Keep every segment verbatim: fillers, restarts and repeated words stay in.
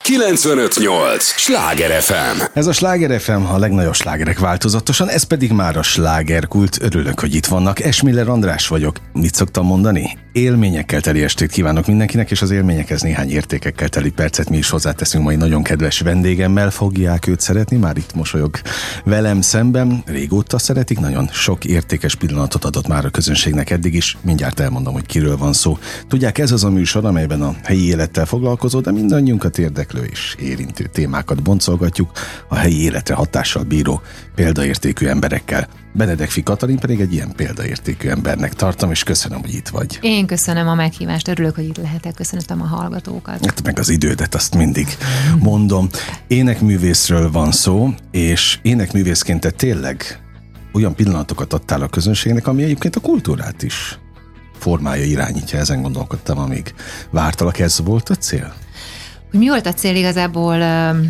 kilencvenöt nyolc Sláger ef em. Ez a Sláger ef em, a legnagyobb slágerek változatosan, ez pedig már a slágerkult. Örülök, hogy itt vannak. Esmiller András vagyok. Mit szoktam mondani? Élményekkel teli estét kívánok mindenkinek, és az élményekhez néhány értékekkel teli percet mi is hozzáteszünk mai nagyon kedves vendégemmel. Fogják őt szeretni, már itt mosolyog velem szemben. Régóta szeretik, nagyon sok értékes pillanatot adott már a közönségnek eddig is. Mindjárt elmondom, hogy kiről van szó. Tudják, ez az a műsor, amelyben a helyi élettel foglalkozó, de mindannyiunkat érdeklő és érintő témákat boncolgatjuk a helyi életre hatással bíró példaértékű emberekkel. Benedek Katalin pedig egy ilyen példaértékű embernek tartom, és köszönöm, hogy itt vagy. Én köszönöm a meghívást, örülök, hogy itt lehetek, köszönöm a hallgatókat. Hát meg az idődet, azt mindig mondom. Énekművészről van szó, és énekművészként te tényleg olyan pillanatokat adtál a közönségnek, ami egyébként a kultúrát is formája, irányítja. Ezen gondolkodtam, amíg vártalak. Ez volt a cél? Hogy mi volt a cél igazából,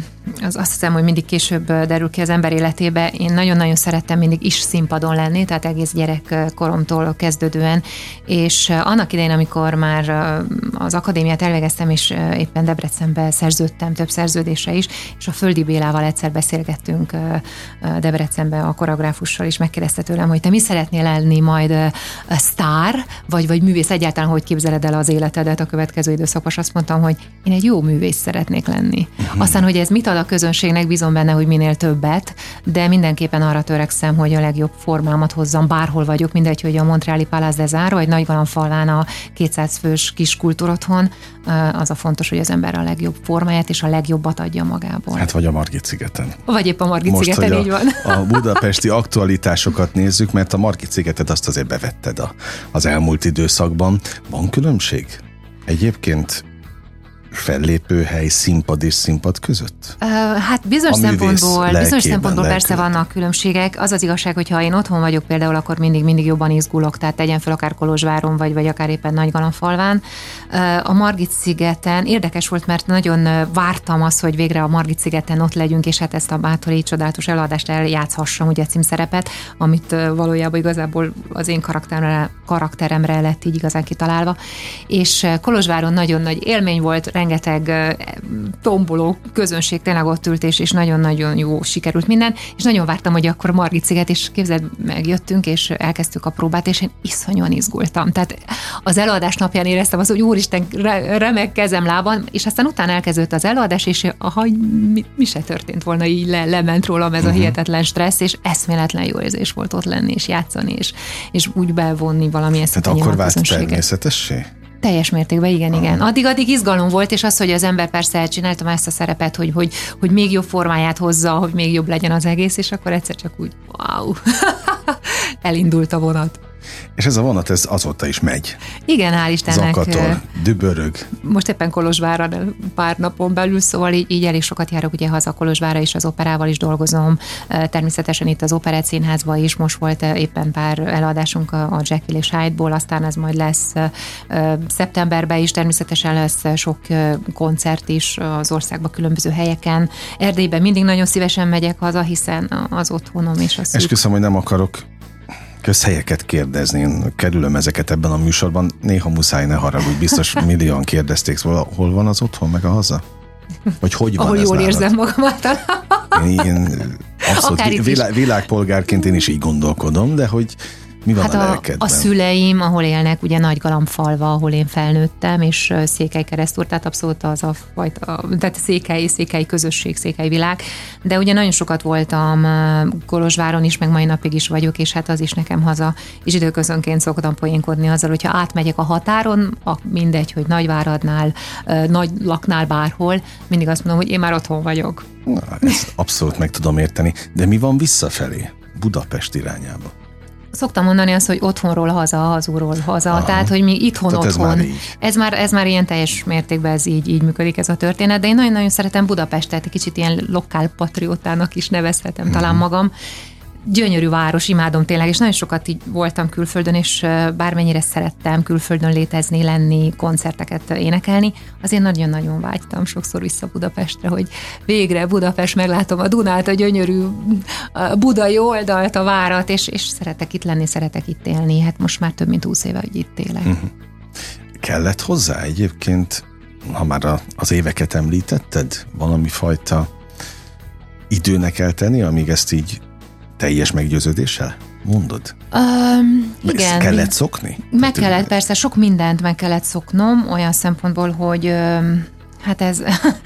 az azt hiszem, hogy mindig később derül ki az ember életébe. Én nagyon-nagyon szerettem mindig is színpadon lenni, tehát egész gyerekkoromtól kezdődően, és annak idején, amikor már az akadémiát elvégeztem, és éppen Debrecenbe szerződtem több szerződésre is, és a Földi Bélával egyszer beszélgettünk Debrecenbe a koreográfussal, és megkérdezte tőlem, hogy te mi szeretnél lenni majd a sztár, vagy, vagy művész, egyáltalán hogy képzeled el az életedet a következő időszakban, és azt mondtam, hogy én egy jó művész szeretnék lenni. Uh-huh. Aztán, hogy ez mit ad a közönségnek, bízom benne, hogy minél többet, de mindenképpen arra törekszem, hogy a legjobb formámat hozzam, bárhol vagyok, mindegy, hogy a Montreali Palace des Arts, vagy Nagygalamfalván a kétszáz fős kis kultúrotthon, az a fontos, hogy az ember a legjobb formáját és a legjobbat adja magából. Hát vagy a Margit-szigeten. Vagy épp a Margit-szigeten, Most, így van. A, a budapesti aktualitásokat nézzük, mert a Margit-szigetet azt azért bevetted a, az elmúlt időszakban. Van különbség egyébként fellépőhely, színpad és színpad között? Uh, hát bizonyos szempontból, bizonyos szempontból persze vannak különbségek. Az az igazság, hogy ha én otthon vagyok például, akkor mindig, mindig jobban izgulok, tehát tegyen fel akár Kolozsváron, vagy, vagy akár éppen Nagygalamfalván. Uh, a Margit-szigeten érdekes volt, mert nagyon vártam azt, hogy végre a Margit-szigeten ott legyünk, és hát ezt a bátori, csodálatos előadást eljátszhassam, ugye címszerepet, amit uh, valójában igazából az én karakteremre, karakteremre lett így igazán kitalálva. És uh, Kolozsváron nagyon nagy élmény volt, rengeteg tomboló közönség tényleg ott ült, és, és nagyon-nagyon jó sikerült minden, és nagyon vártam, hogy akkor Margit-sziget, és képzeld, megjöttünk, és elkezdtük a próbát, és én iszonyúan izgultam. Tehát az előadás napján éreztem azt, hogy úristen, remek kezem, lábam, és aztán utána elkezdődött az előadás, és aha, mi, mi se történt volna, így le, lement rólam ez uh-huh. a hihetetlen stressz, és eszméletlen jó érzés volt ott lenni, és játszani, és, és úgy bevonni valamilyen szinten. Tehát akkor vált természetessé? Teljes mértékben, igen, igen. Addig-addig izgalom volt, és az, hogy az ember persze elcsináltam ezt a szerepet, hogy, hogy, hogy még jobb formáját hozza, hogy még jobb legyen az egész, és akkor egyszer csak úgy, wow, elindult a vonat. És ez a vonat, ez azóta is megy. Igen, hál' Istennek. Zakatol, dübörög. Most éppen Kolozsvárra pár napon belül, szóval így, így elég sokat járok ugye haza Kolozsvárra, és az operával is dolgozom. Természetesen itt az Operett Színházban is most volt éppen pár előadásunk a Jekyll és Hyde-ból, aztán ez majd lesz szeptemberben is, természetesen lesz sok koncert is az országban különböző helyeken. Erdélyben mindig nagyon szívesen megyek haza, hiszen az otthonom és a szűk. Esküszöm, hogy nem akarok közhelyeket kérdezni. Én kerülöm ezeket ebben a műsorban. Néha muszáj, ne haragudj, biztos millióan kérdezték. Hol van az otthon, meg a haza? Vagy hogy van? Ahol ez jól nálad? érzem magam általában. Én, én abszolút világ, világpolgárként én is így gondolkodom, de hogy mi van hát a a lelkedben? A szüleim, ahol élnek, ugye Nagygalamfalva, ahol én felnőttem, és Székelykeresztúr, tehát abszolút az a fajta, tehát székely, székely közösség, székely világ, de ugye nagyon sokat voltam Kolozsváron is, meg mai napig is vagyok, és hát az is nekem haza, és időközönként szoktam poénkodni azzal, hogyha átmegyek a határon, mindegy, hogy Nagyváradnál, Nagylaknál, bárhol, mindig azt mondom, hogy én már otthon vagyok. Na, ezt abszolút meg tudom érteni, de mi van visszafelé, Budapest irányába? Szoktam mondani azt, hogy otthonról haza, hazúról haza, aha. Tehát, hogy mi itthon tehát otthon. Ez már, ez már ez már ilyen teljes mértékben ez így, így működik ez a történet, de én nagyon-nagyon szeretem Budapestet, egy kicsit ilyen lokálpatriótának is nevezhetem uh-huh. talán magam. Gyönyörű város, imádom tényleg, és nagyon sokat így voltam külföldön, és bármennyire szerettem külföldön létezni, lenni, koncerteket énekelni, azért nagyon-nagyon vágytam sokszor vissza Budapestre, hogy végre Budapest, meglátom a Dunát, a gyönyörű a budai oldalt, a várat, és, és szeretek itt lenni, szeretek itt élni. Hát most már több mint húsz éve, hogy itt élek. Uh-huh. Kellett hozzá egyébként ha már a, az éveket említetted, valami fajta időnek kell tenni, amíg ezt így teljes meggyőződéssel mondod? Um, igen. Ezt kellett szokni? Meg Tehát kellett, persze, sok mindent meg kellett szoknom, olyan szempontból, hogy um, hát ez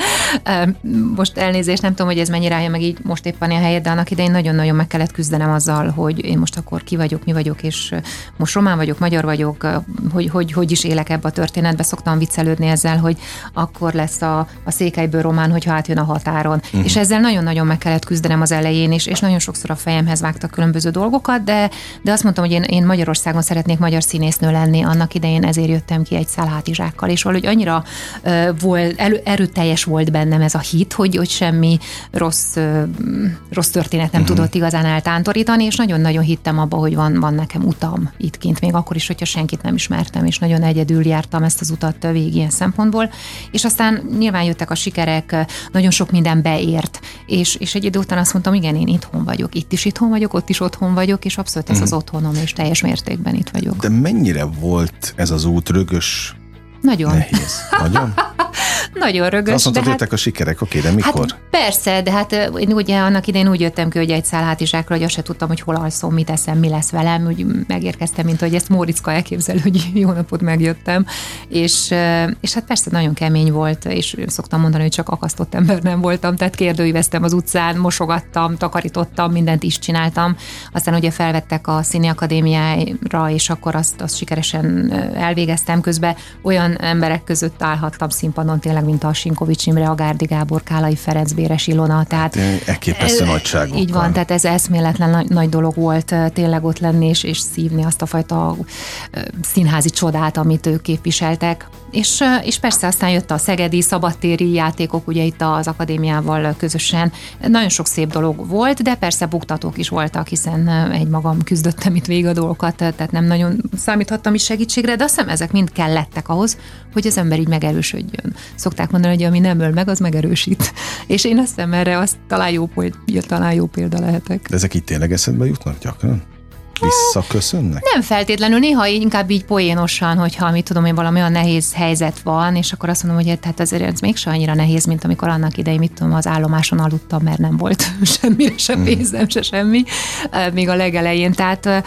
most elnézést, nem tudom, hogy ez mennyire állja meg így most éppen a helyet, de annak idején nagyon-nagyon meg kellett küzdenem azzal, hogy én most akkor ki vagyok, mi vagyok, és most román vagyok, magyar vagyok, hogy hogy, hogy is élek ebbe a történetbe. Szoktam viccelődni ezzel, hogy akkor lesz a, a székelyből román, hogyha átjön a határon. Uh-huh. És ezzel nagyon-nagyon meg kellett küzdenem az elején, és, és nagyon sokszor a fejemhez vágtak különböző dolgokat, de, de azt mondtam, hogy én, én Magyarországon szeretnék magyar színésznő lenni, annak idején ezért jöttem ki egy szál hátizsákkal, és valahogy annyira uh, volt, elő, erőteljes volt bennem ez a hit, hogy, hogy semmi rossz, rossz történet nem uh-huh. tudott igazán eltántorítani, és nagyon-nagyon hittem abba, hogy van, van nekem utam itt kint, még akkor is, hogyha senkit nem ismertem, és nagyon egyedül jártam ezt az utat végig ilyen szempontból, és aztán nyilván jöttek a sikerek, nagyon sok minden beért, és, és egy idő után azt mondtam, igen, én itthon vagyok, itt is itthon vagyok, ott is otthon vagyok, és abszolút ez uh-huh. az otthonom, és teljes mértékben itt vagyok. De mennyire volt ez az út rögös? Nagyon. Nehéz. Nagyon? Nagyon rögös. Azt mondtad, de jöttek hát, a sikerek, oké, de mikor? Hát persze, de hát én ugye annak idején úgy jöttem ki, hogy egy szál hátizsákra, hogy azt se tudtam, hogy hol alszom, mit eszem, mi lesz velem, úgy megérkeztem, mint hogy ezt Móriczka elképzel, hogy jó napot megjöttem, és, és hát persze nagyon kemény volt, és szoktam mondani, hogy csak akasztott ember nem voltam, tehát kérdőíveztem az utcán, mosogattam, takarítottam, mindent is csináltam, aztán ugye felvettek a Színi Akadémiára, és akkor azt, azt sikeresen elvégeztem, közben olyan emberek között állhattam színpadon, tényleg, mint a Sinkovics Imre, a Gárdi Gábor, Kálai Ferenc, Béres Ilona, tehát elképesztő nagyságokkal. Így van, tehát ez eszméletlen nagy, nagy dolog volt tényleg ott lenni, és, és szívni azt a fajta színházi csodát, amit ők képviseltek. És, és persze aztán jött a szegedi szabadtéri játékok, ugye itt az akadémiával közösen. Nagyon sok szép dolog volt, de persze buktatók is voltak, hiszen egymagam küzdöttem itt végig a dolgokat, tehát nem nagyon számíthattam is segítségre, de azt hiszem ezek mind kellettek ahhoz, hogy az ember így megerősödjön. Szokták mondani, hogy ami nem öl meg, az megerősít. És én azt hiszem erre azt talán jó, talán jó példa lehetek. De ezek itt tényleg eszedbe jutnak gyakran? Visszaköszönnek? Nem feltétlenül, néha inkább így poénosan, hogyha mit tudom én, valami olyan nehéz helyzet van, és akkor azt mondom, hogy hát azért ez mégsem annyira nehéz, mint amikor annak idején, mit tudom, az állomáson aludtam, mert nem volt semmire sem pénzem, se semmi, még a legelején. Tehát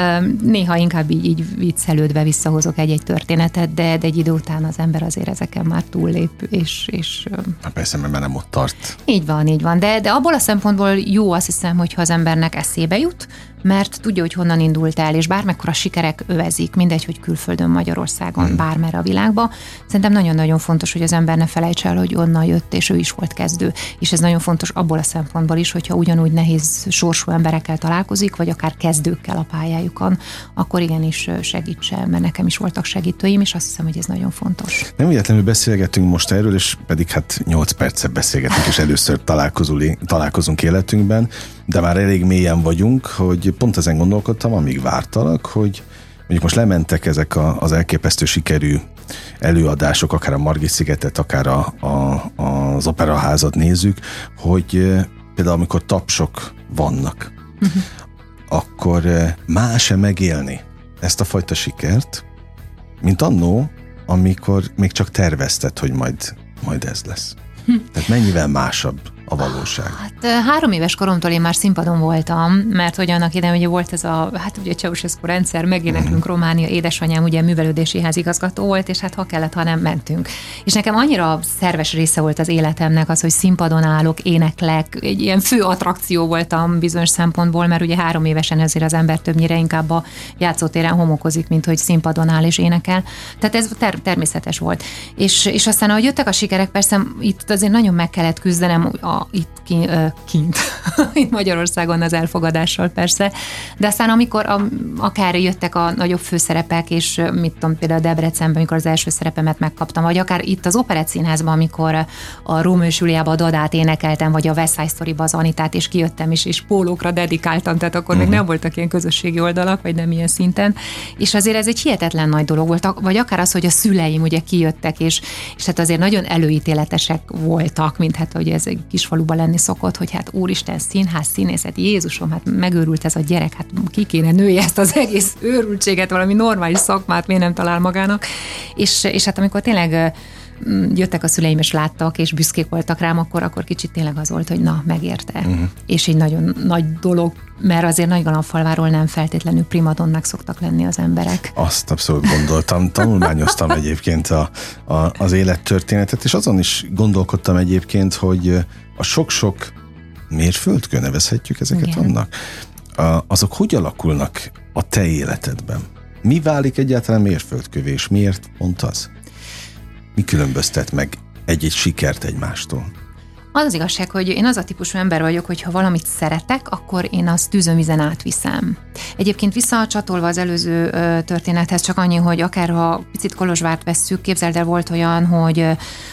néha inkább így, így viccelődve visszahozok egy-egy történetet, de, de egy idő után az ember azért ezeken már túllép, és... és hát persze, mert már nem ott tart. Így van, így van, de, de abból a szempontból jó, azt hiszem, hogyha az embernek eszébe jut, mert tudja, hogy honnan indult el, és bármekkora sikerek övezik, mindegy, hogy külföldön, Magyarországon, hmm. bármerre a világba. Szerintem nagyon-nagyon fontos, hogy az ember ne felejts el, hogy onnan jött, és ő is volt kezdő. És ez nagyon fontos abból a szempontból is, hogyha ugyanúgy nehéz sorsú emberekkel találkozik, vagy akár kezdőkkel a pályájukon, akkor igenis segítse, mert nekem is voltak segítőim, és azt hiszem, hogy ez nagyon fontos. Nem véletlenül beszélgetünk most erről, és pedig hát nyolc percet beszélgetünk, és először találkozunk életünkben, de már elég mélyen vagyunk, hogy pont ezen gondolkodtam, amíg vártalak, hogy mondjuk most lementek ezek a, az elképesztő sikerű előadások, akár a Margit-szigetet, akár a, a, az operaházat nézzük, hogy például amikor tapsok vannak, uh-huh. akkor más-e megélni ezt a fajta sikert, mint annó, amikor még csak tervezted, hogy majd, majd ez lesz. Hm. Tehát mennyivel másabb a valóság? Hát három éves koromtól én már színpadon voltam, mert hogy annak idején ugye volt ez a, hát ugye Ceausescu rendszer, megéneklünk mm. Románia, édesanyám ugye művelődési házigazgató volt, és hát ha kellett, ha nem mentünk. És nekem annyira szerves része volt az életemnek az, hogy színpadon állok, éneklek, egy ilyen fő attrakció voltam bizonyos szempontból, mert ugye három évesen ezért az ember többnyire inkább a játszótéren homokozik, mint hogy színpadon áll és énekel. Tehát ez ter- természetes volt. És, és aztán, ahogy jöttek a sikerek, persze itt azért nagyon meg kellett küzdenem a itt kint, itt Magyarországon az elfogadással persze, de aztán amikor a, akár jöttek a nagyobb főszerepek, és mit tudom, például Debrecenben, amikor az első szerepemet megkaptam, vagy akár itt az Operett Színházban, amikor a Rómeó és Júliában a Dadát énekeltem, vagy a West Side Storyba az Anitát, és kijöttem is, és pólókra dedikáltam, tehát akkor uh-huh. még nem voltak ilyen közösségi oldalak, vagy nem ilyen szinten, és azért ez egy hihetetlen nagy dolog volt, vagy akár az, hogy a szüleim ugye kijöttek, és, és hát azért nagyon előítéletesek voltak, mint hát ugye ez egy kis faluba lenni szokott, hogy hát úristen, színház, színészet, Jézusom, hát megőrült ez a gyerek, hát ki kéne nője ezt az egész őrültséget, valami normális szakmát miért nem talál magának. És, és hát amikor tényleg jöttek a szüleim, és láttak, és büszkék voltak rám, akkor, akkor kicsit tényleg az volt, hogy na, megérte. Uh-huh. És egy nagyon nagy dolog, mert azért Nagygalamfalváról nem feltétlenül primadonnák szoktak lenni az emberek. Azt abszolút gondoltam. Tanulmányoztam egyébként a, a, az élettörténetet, és azon is gondolkodtam egyébként, hogy a sok-sok mérföldkő, nevezhetjük ezeket Igen. annak, a, azok hogy alakulnak a te életedben? Mi válik egyáltalán mérföldkövé, és miért pont az? Mi különböztet meg egy-egy sikert egymástól? Az az igazság, hogy én az a típusú ember vagyok, hogy ha valamit szeretek, akkor én azt tűzön vízen átviszem. Egyébként visszacsatolva az előző történethez csak annyi, hogy akár ha picit Kolozsvárt vesszük, képzeld el, volt olyan, hogy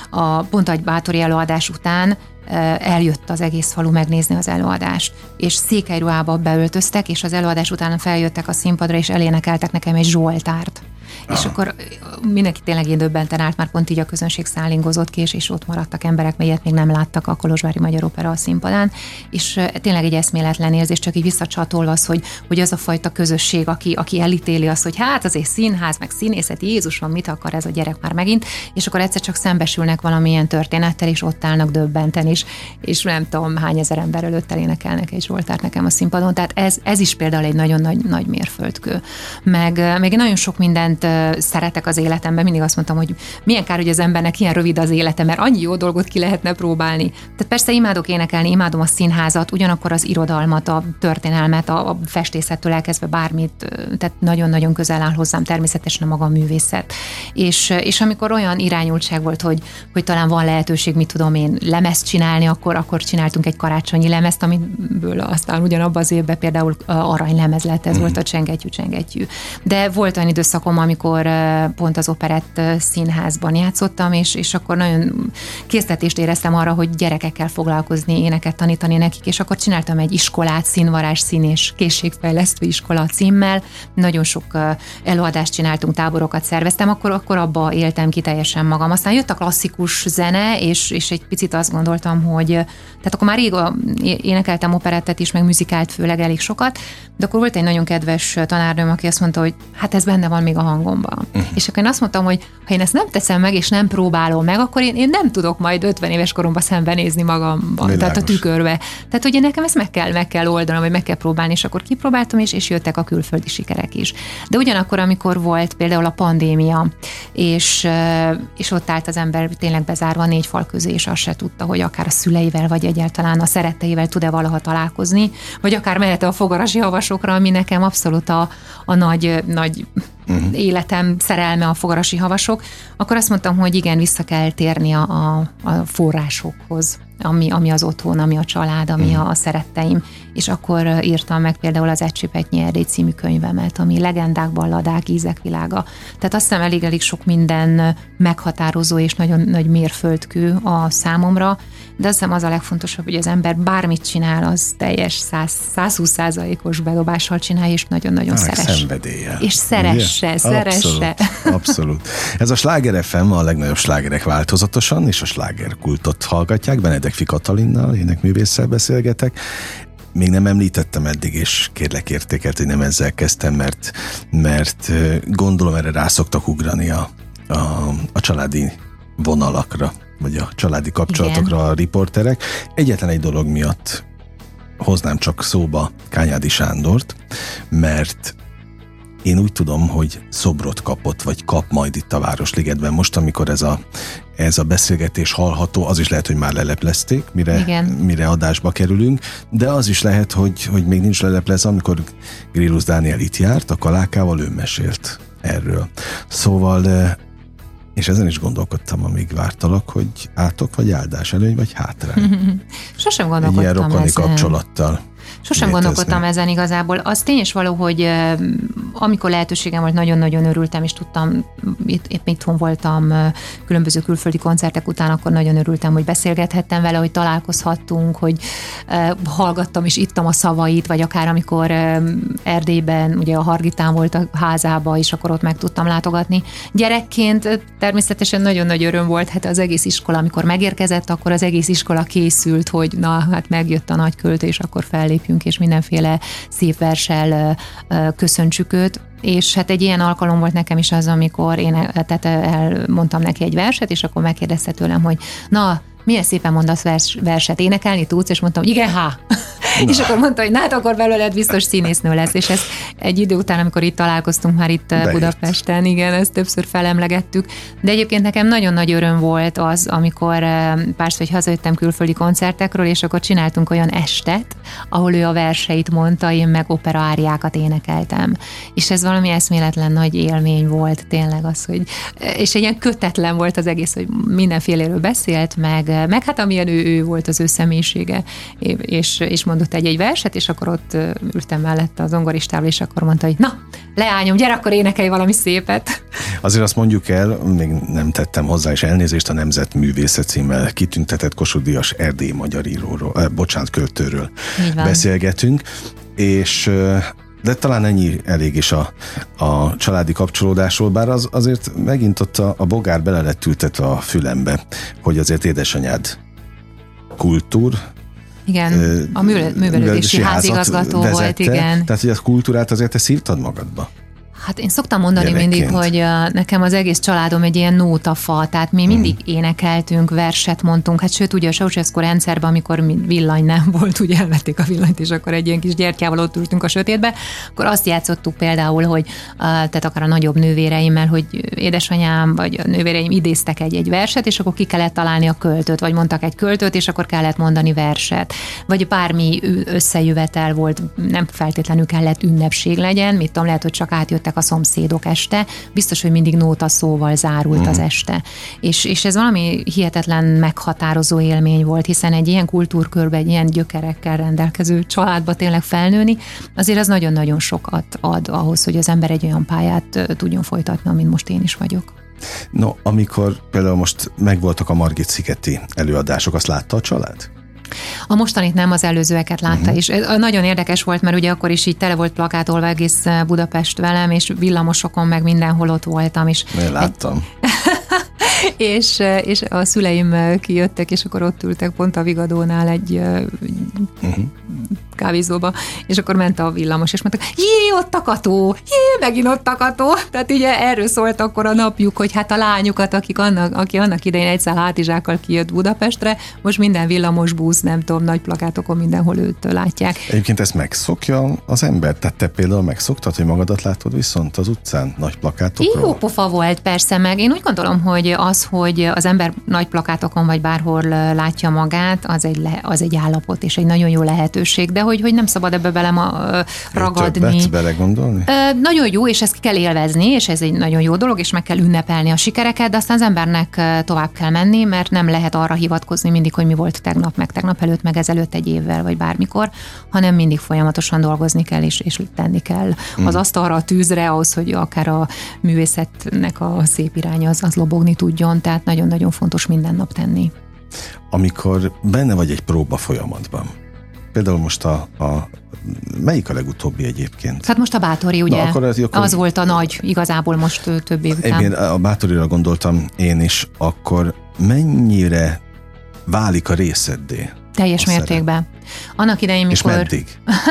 a pont egy bátori előadás után eljött az egész falu megnézni az előadást, és székelyruhába beöltöztek, és az előadás után feljöttek a színpadra, és elénekeltek nekem egy zsoltárt. És akkor mindenki tényleg én döbbenten állt, már pont így a közönség szállingozott ki, és, és ott maradtak emberek, melyet még nem láttak a Kolozsvári Magyar Opera a színpadán, és tényleg egy eszméletlen érzés, csak így visszacsatolva az, hogy, hogy az a fajta közösség, aki, aki elítéli azt, hogy hát azért színház, meg színészet, Jézusom, mit akar ez a gyerek már megint, és akkor egyszer csak szembesülnek valamilyen történettel, és ott állnak döbbenten is, és nem tudom, hány ezer ember előtt elénekelnek egy zsoltárt nekem a színpadon, tehát ez, ez is például egy nagyon nagy, nagy mérföldkő. Meg még nagyon sok mindent szeretek az életemben, mindig azt mondtam, hogy milyen kár, hogy az embernek ilyen rövid az élete, mert annyi jó dolgot ki lehetne próbálni. Tehát persze imádok énekelni, imádom a színházat, ugyanakkor az irodalmat, a történelmet, a festészettől elkezdve bármit, tehát nagyon-nagyon közel áll hozzám természetesen a maga művészet. És, és amikor olyan irányultság volt, hogy, hogy talán van lehetőség, mit tudom én, lemezt csinálni, akkor, akkor csináltunk egy karácsonyi lemezt, amiből aztán ugyanabban az évben például aranylemez lett, ez mm. volt a Csengettyű, Csengettyű. De volt olyan időszakom, amikor pont az Operett Színházban játszottam, és, és akkor nagyon késztetést éreztem arra, hogy gyerekekkel foglalkozni, éneket tanítani nekik, és akkor csináltam egy iskolát, színvarázs, szín és készségfejlesztő iskola címmel. Nagyon sok előadást csináltunk, táborokat szerveztem, akkor, akkor abba éltem ki teljesen magam. Aztán jött a klasszikus zene, és, és egy picit azt gondoltam, hogy tehát akkor már rég énekeltem operettet is, meg műzikált főleg elég sokat, de akkor volt egy nagyon kedves tanárnőm, aki azt mondta, hogy hát ez benne van még a hangomban. Uh-huh. És akkor én azt mondtam, hogy ha én ezt nem teszem meg, és nem próbálom meg, akkor én, én nem tudok majd ötven éves koromban szembenézni magamban, Világos. Tehát a tükörbe. Tehát ugye nekem ezt meg kell, meg kell oldanom, vagy meg kell próbálni, és akkor kipróbáltam, és, és jöttek a külföldi sikerek is. De ugyanakkor, amikor volt például a pandémia, és, és ott állt az ember tényleg bezárva négy fal közé, és azt se tudta, hogy akár a szüleivel, vagy egyáltalán a szeretteivel tud-e valaha találkozni, vagy akár mehet-e a fogarasi havasokra, ami nekem abszolút a, a nagy, nagy uh-huh. életem szerelme a fogarasi havasok, akkor azt mondtam, hogy igen, vissza kell térni a, a, a forrásokhoz, ami, ami az otthon, ami a család, ami uh-huh. a, a szeretteim. És akkor írtam meg például az Ecsipetnyi Erdély című könyvemet, ami legendák, balladák, ízek világa. Tehát azt hiszem elég-elég sok minden meghatározó és nagyon nagy mérföldkő a számomra, de azt hiszem az a legfontosabb, hogy az ember bármit csinál, az teljes százhúsz százalékos bedobással csinálja, és nagyon-nagyon Á, szeres. Szenvedéllyel. És szeresse, ugye? szeresse. Abszolút, abszolút. Ez a Sláger ef em, a legnagyobb slágerek változatosan, és a slágerkultot hallgatják. Benedek Katalinnal, énekművésszel beszélgetek. Még nem említettem eddig, és kérlek értékelt, hogy nem ezzel kezdtem, mert, mert gondolom erre rá szoktak ugrani a, a, a családi vonalakra, vagy a családi kapcsolatokra Igen. a riporterek. Egyetlen egy dolog miatt hoznám csak szóba Kányádi Sándort, mert én úgy tudom, hogy szobrot kapott, vagy kap majd itt a Városligetben. Most, amikor ez a, ez a beszélgetés hallható, az is lehet, hogy már leleplezték, mire, mire adásba kerülünk, de az is lehet, hogy, hogy még nincs leleplezve, amikor Grillus Dániel itt járt, a Kalákával ő mesélt erről. Szóval, és ezen is gondolkodtam, amíg vártalak, hogy átok vagy áldás, előny vagy hátrány. Sosem gondolkodtam ilyen rokoni ezen. kapcsolattal. Sosem létezni. Gondolkodtam ezen igazából. Az tény és való, hogy amikor lehetőségem volt, nagyon-nagyon örültem, és tudtam, itt, épp itthon voltam különböző külföldi koncertek után, akkor nagyon örültem, hogy beszélgethettem vele, hogy találkozhattunk, hogy hallgattam és ittam a szavait, vagy akár amikor Erdélyben, ugye a Hargitán volt a házába, és akkor ott meg tudtam látogatni. Gyerekként természetesen nagyon nagy öröm volt, hát az egész iskola, amikor megérkezett, akkor az egész iskola készült, hogy na, hát megjött a nagy költő, és akkor fellépjünk, és mindenféle szép verssel köszöntsük őt. És hát egy ilyen alkalom volt nekem is az, amikor én tehát elmondtam neki egy verset, és akkor megkérdezte tőlem, hogy na, milyen szépen mondasz vers, verset, énekelni tudsz? És mondtam, igen, há. És akkor mondta, hogy na hát akkor belőled biztos színésznő lesz. És ezt egy idő után, amikor itt találkoztunk már itt Bejött. Budapesten, igen, ezt többször felemlegettük. De egyébként nekem nagyon nagy öröm volt az, amikor párszor, hogy hazajöttem külföldi koncertekről, és akkor csináltunk olyan estet, ahol ő a verseit mondta, én meg opera áriákat énekeltem. És ez valami eszméletlen nagy élmény volt tényleg az, hogy és egy ilyen kötetlen volt az egész, hogy mindenféléről beszélt, meg, meg hát amilyen ő, ő volt az ő személyisége, és, és mondott egy-egy verset, és akkor ott ültem mellette az zongoristából, és akkor mondta, hogy na, leányom, gyere, akkor énekelj valami szépet. Azért azt mondjuk el, még nem tettem hozzá, és elnézést, a Nemzetművészet címmel kitüntetett Kossuth Díjas erdélyi magyar íróról, eh, bocsánat, költőről beszélgetünk, és de talán ennyi elég is a, a családi kapcsolódásról, bár az, azért megint ott a, a bogár bele lett ültetve a fülembe, hogy azért édesanyád kultúr, igen, a művelődési házigazgató vezette, volt, igen. Tehát, hogy a kultúrát azért te szívtad magadba? Hát én szoktam mondani gyerekként mindig, hogy nekem az egész családom egy ilyen nótafa, tehát mi mindig mm. énekeltünk, verset mondtunk, hát sőt ugye a Ceausescu rendszerben, amikor villany nem volt, ugye elvették a villanyt, és akkor egy ilyen kis gyertyával ott ültünk a sötétbe, akkor azt játszottuk például, hogy tehát akár a nagyobb nővéreimmel, hogy édesanyám vagy a nővéreim idéztek egy-egy verset, és akkor ki kellett találni a költőt, vagy mondtak egy költőt, és akkor kellett mondani verset. Vagy bármi összejövetel volt, nem feltétlenül kellett ünnepség legyen, mit tudom, lehet, hogy csak átjöttek a szomszédok este, biztos, hogy mindig nóta szóval zárult mm. az este. És, és ez valami hihetetlen meghatározó élmény volt, hiszen egy ilyen kultúrkörbe, egy ilyen gyökerekkel rendelkező családba tényleg felnőni, azért az nagyon-nagyon sokat ad ahhoz, hogy az ember egy olyan pályát tudjon folytatni, mint most én is vagyok. No, amikor például most megvoltak a Margit-szigeti előadások, azt látta a család? A mostanit nem, az előzőeket látta uh-huh. is. Nagyon érdekes volt, mert ugye akkor is így tele volt plakátolva egész Budapest velem, és villamosokon meg mindenhol ott voltam. És én láttam. és, és a szüleim kijöttek, és akkor ott ültek pont a Vigadónál egy uh-huh. kávézóba, és akkor ment a villamos, és mondtak, jé, ott a Kató, jé, megint ott a Kató. Tehát ugye erről szólt akkor a napjuk, hogy hát a lányukat, akik annak, aki annak idején egyszer hátizsákkal kijött Budapestre, most minden villamos busz, nem tudom, nagy plakátokon mindenhol őt látják. Egyébként ezt megszokja az ember? Tehát te például megszoktad, hogy magadat látod viszont az utcán nagy plakátokról? Jó pofa volt persze, meg én úgy gondolom, hogy az, hogy az ember nagy plakátokon vagy bárhol látja magát, az egy, le, az egy állapot és egy nagyon jó lehetőség, de hogy, hogy nem szabad ebbe bele ma, ragadni. Többet belegondolni? Ö, nagyon jó, és ezt kell élvezni, és ez egy nagyon jó dolog, és meg kell ünnepelni a sikereket, de aztán az embernek tovább kell menni, mert nem lehet arra hivatkozni mindig, hogy mi volt tegnap, meg tegnap előtt, meg ezelőtt egy évvel, vagy bármikor, hanem mindig folyamatosan dolgozni kell, és, és tenni kell mm. az asztalra, a tűzre, ahhoz, hogy akár a művészetnek a szép iránya az, az lobogni tudjon, tehát nagyon-nagyon fontos minden nap tenni. Amikor benne vagy egy próba folyamatban, például most a, a melyik a legutóbbi egyébként? Hát most a Báthori, ugye? Na, akkor az, akkor az volt a nagy, igazából most több év után. Én a Báthorira gondoltam én is, akkor mennyire válik a részeddé? Teljes mértékben. Annak idején, mikor... És meddig?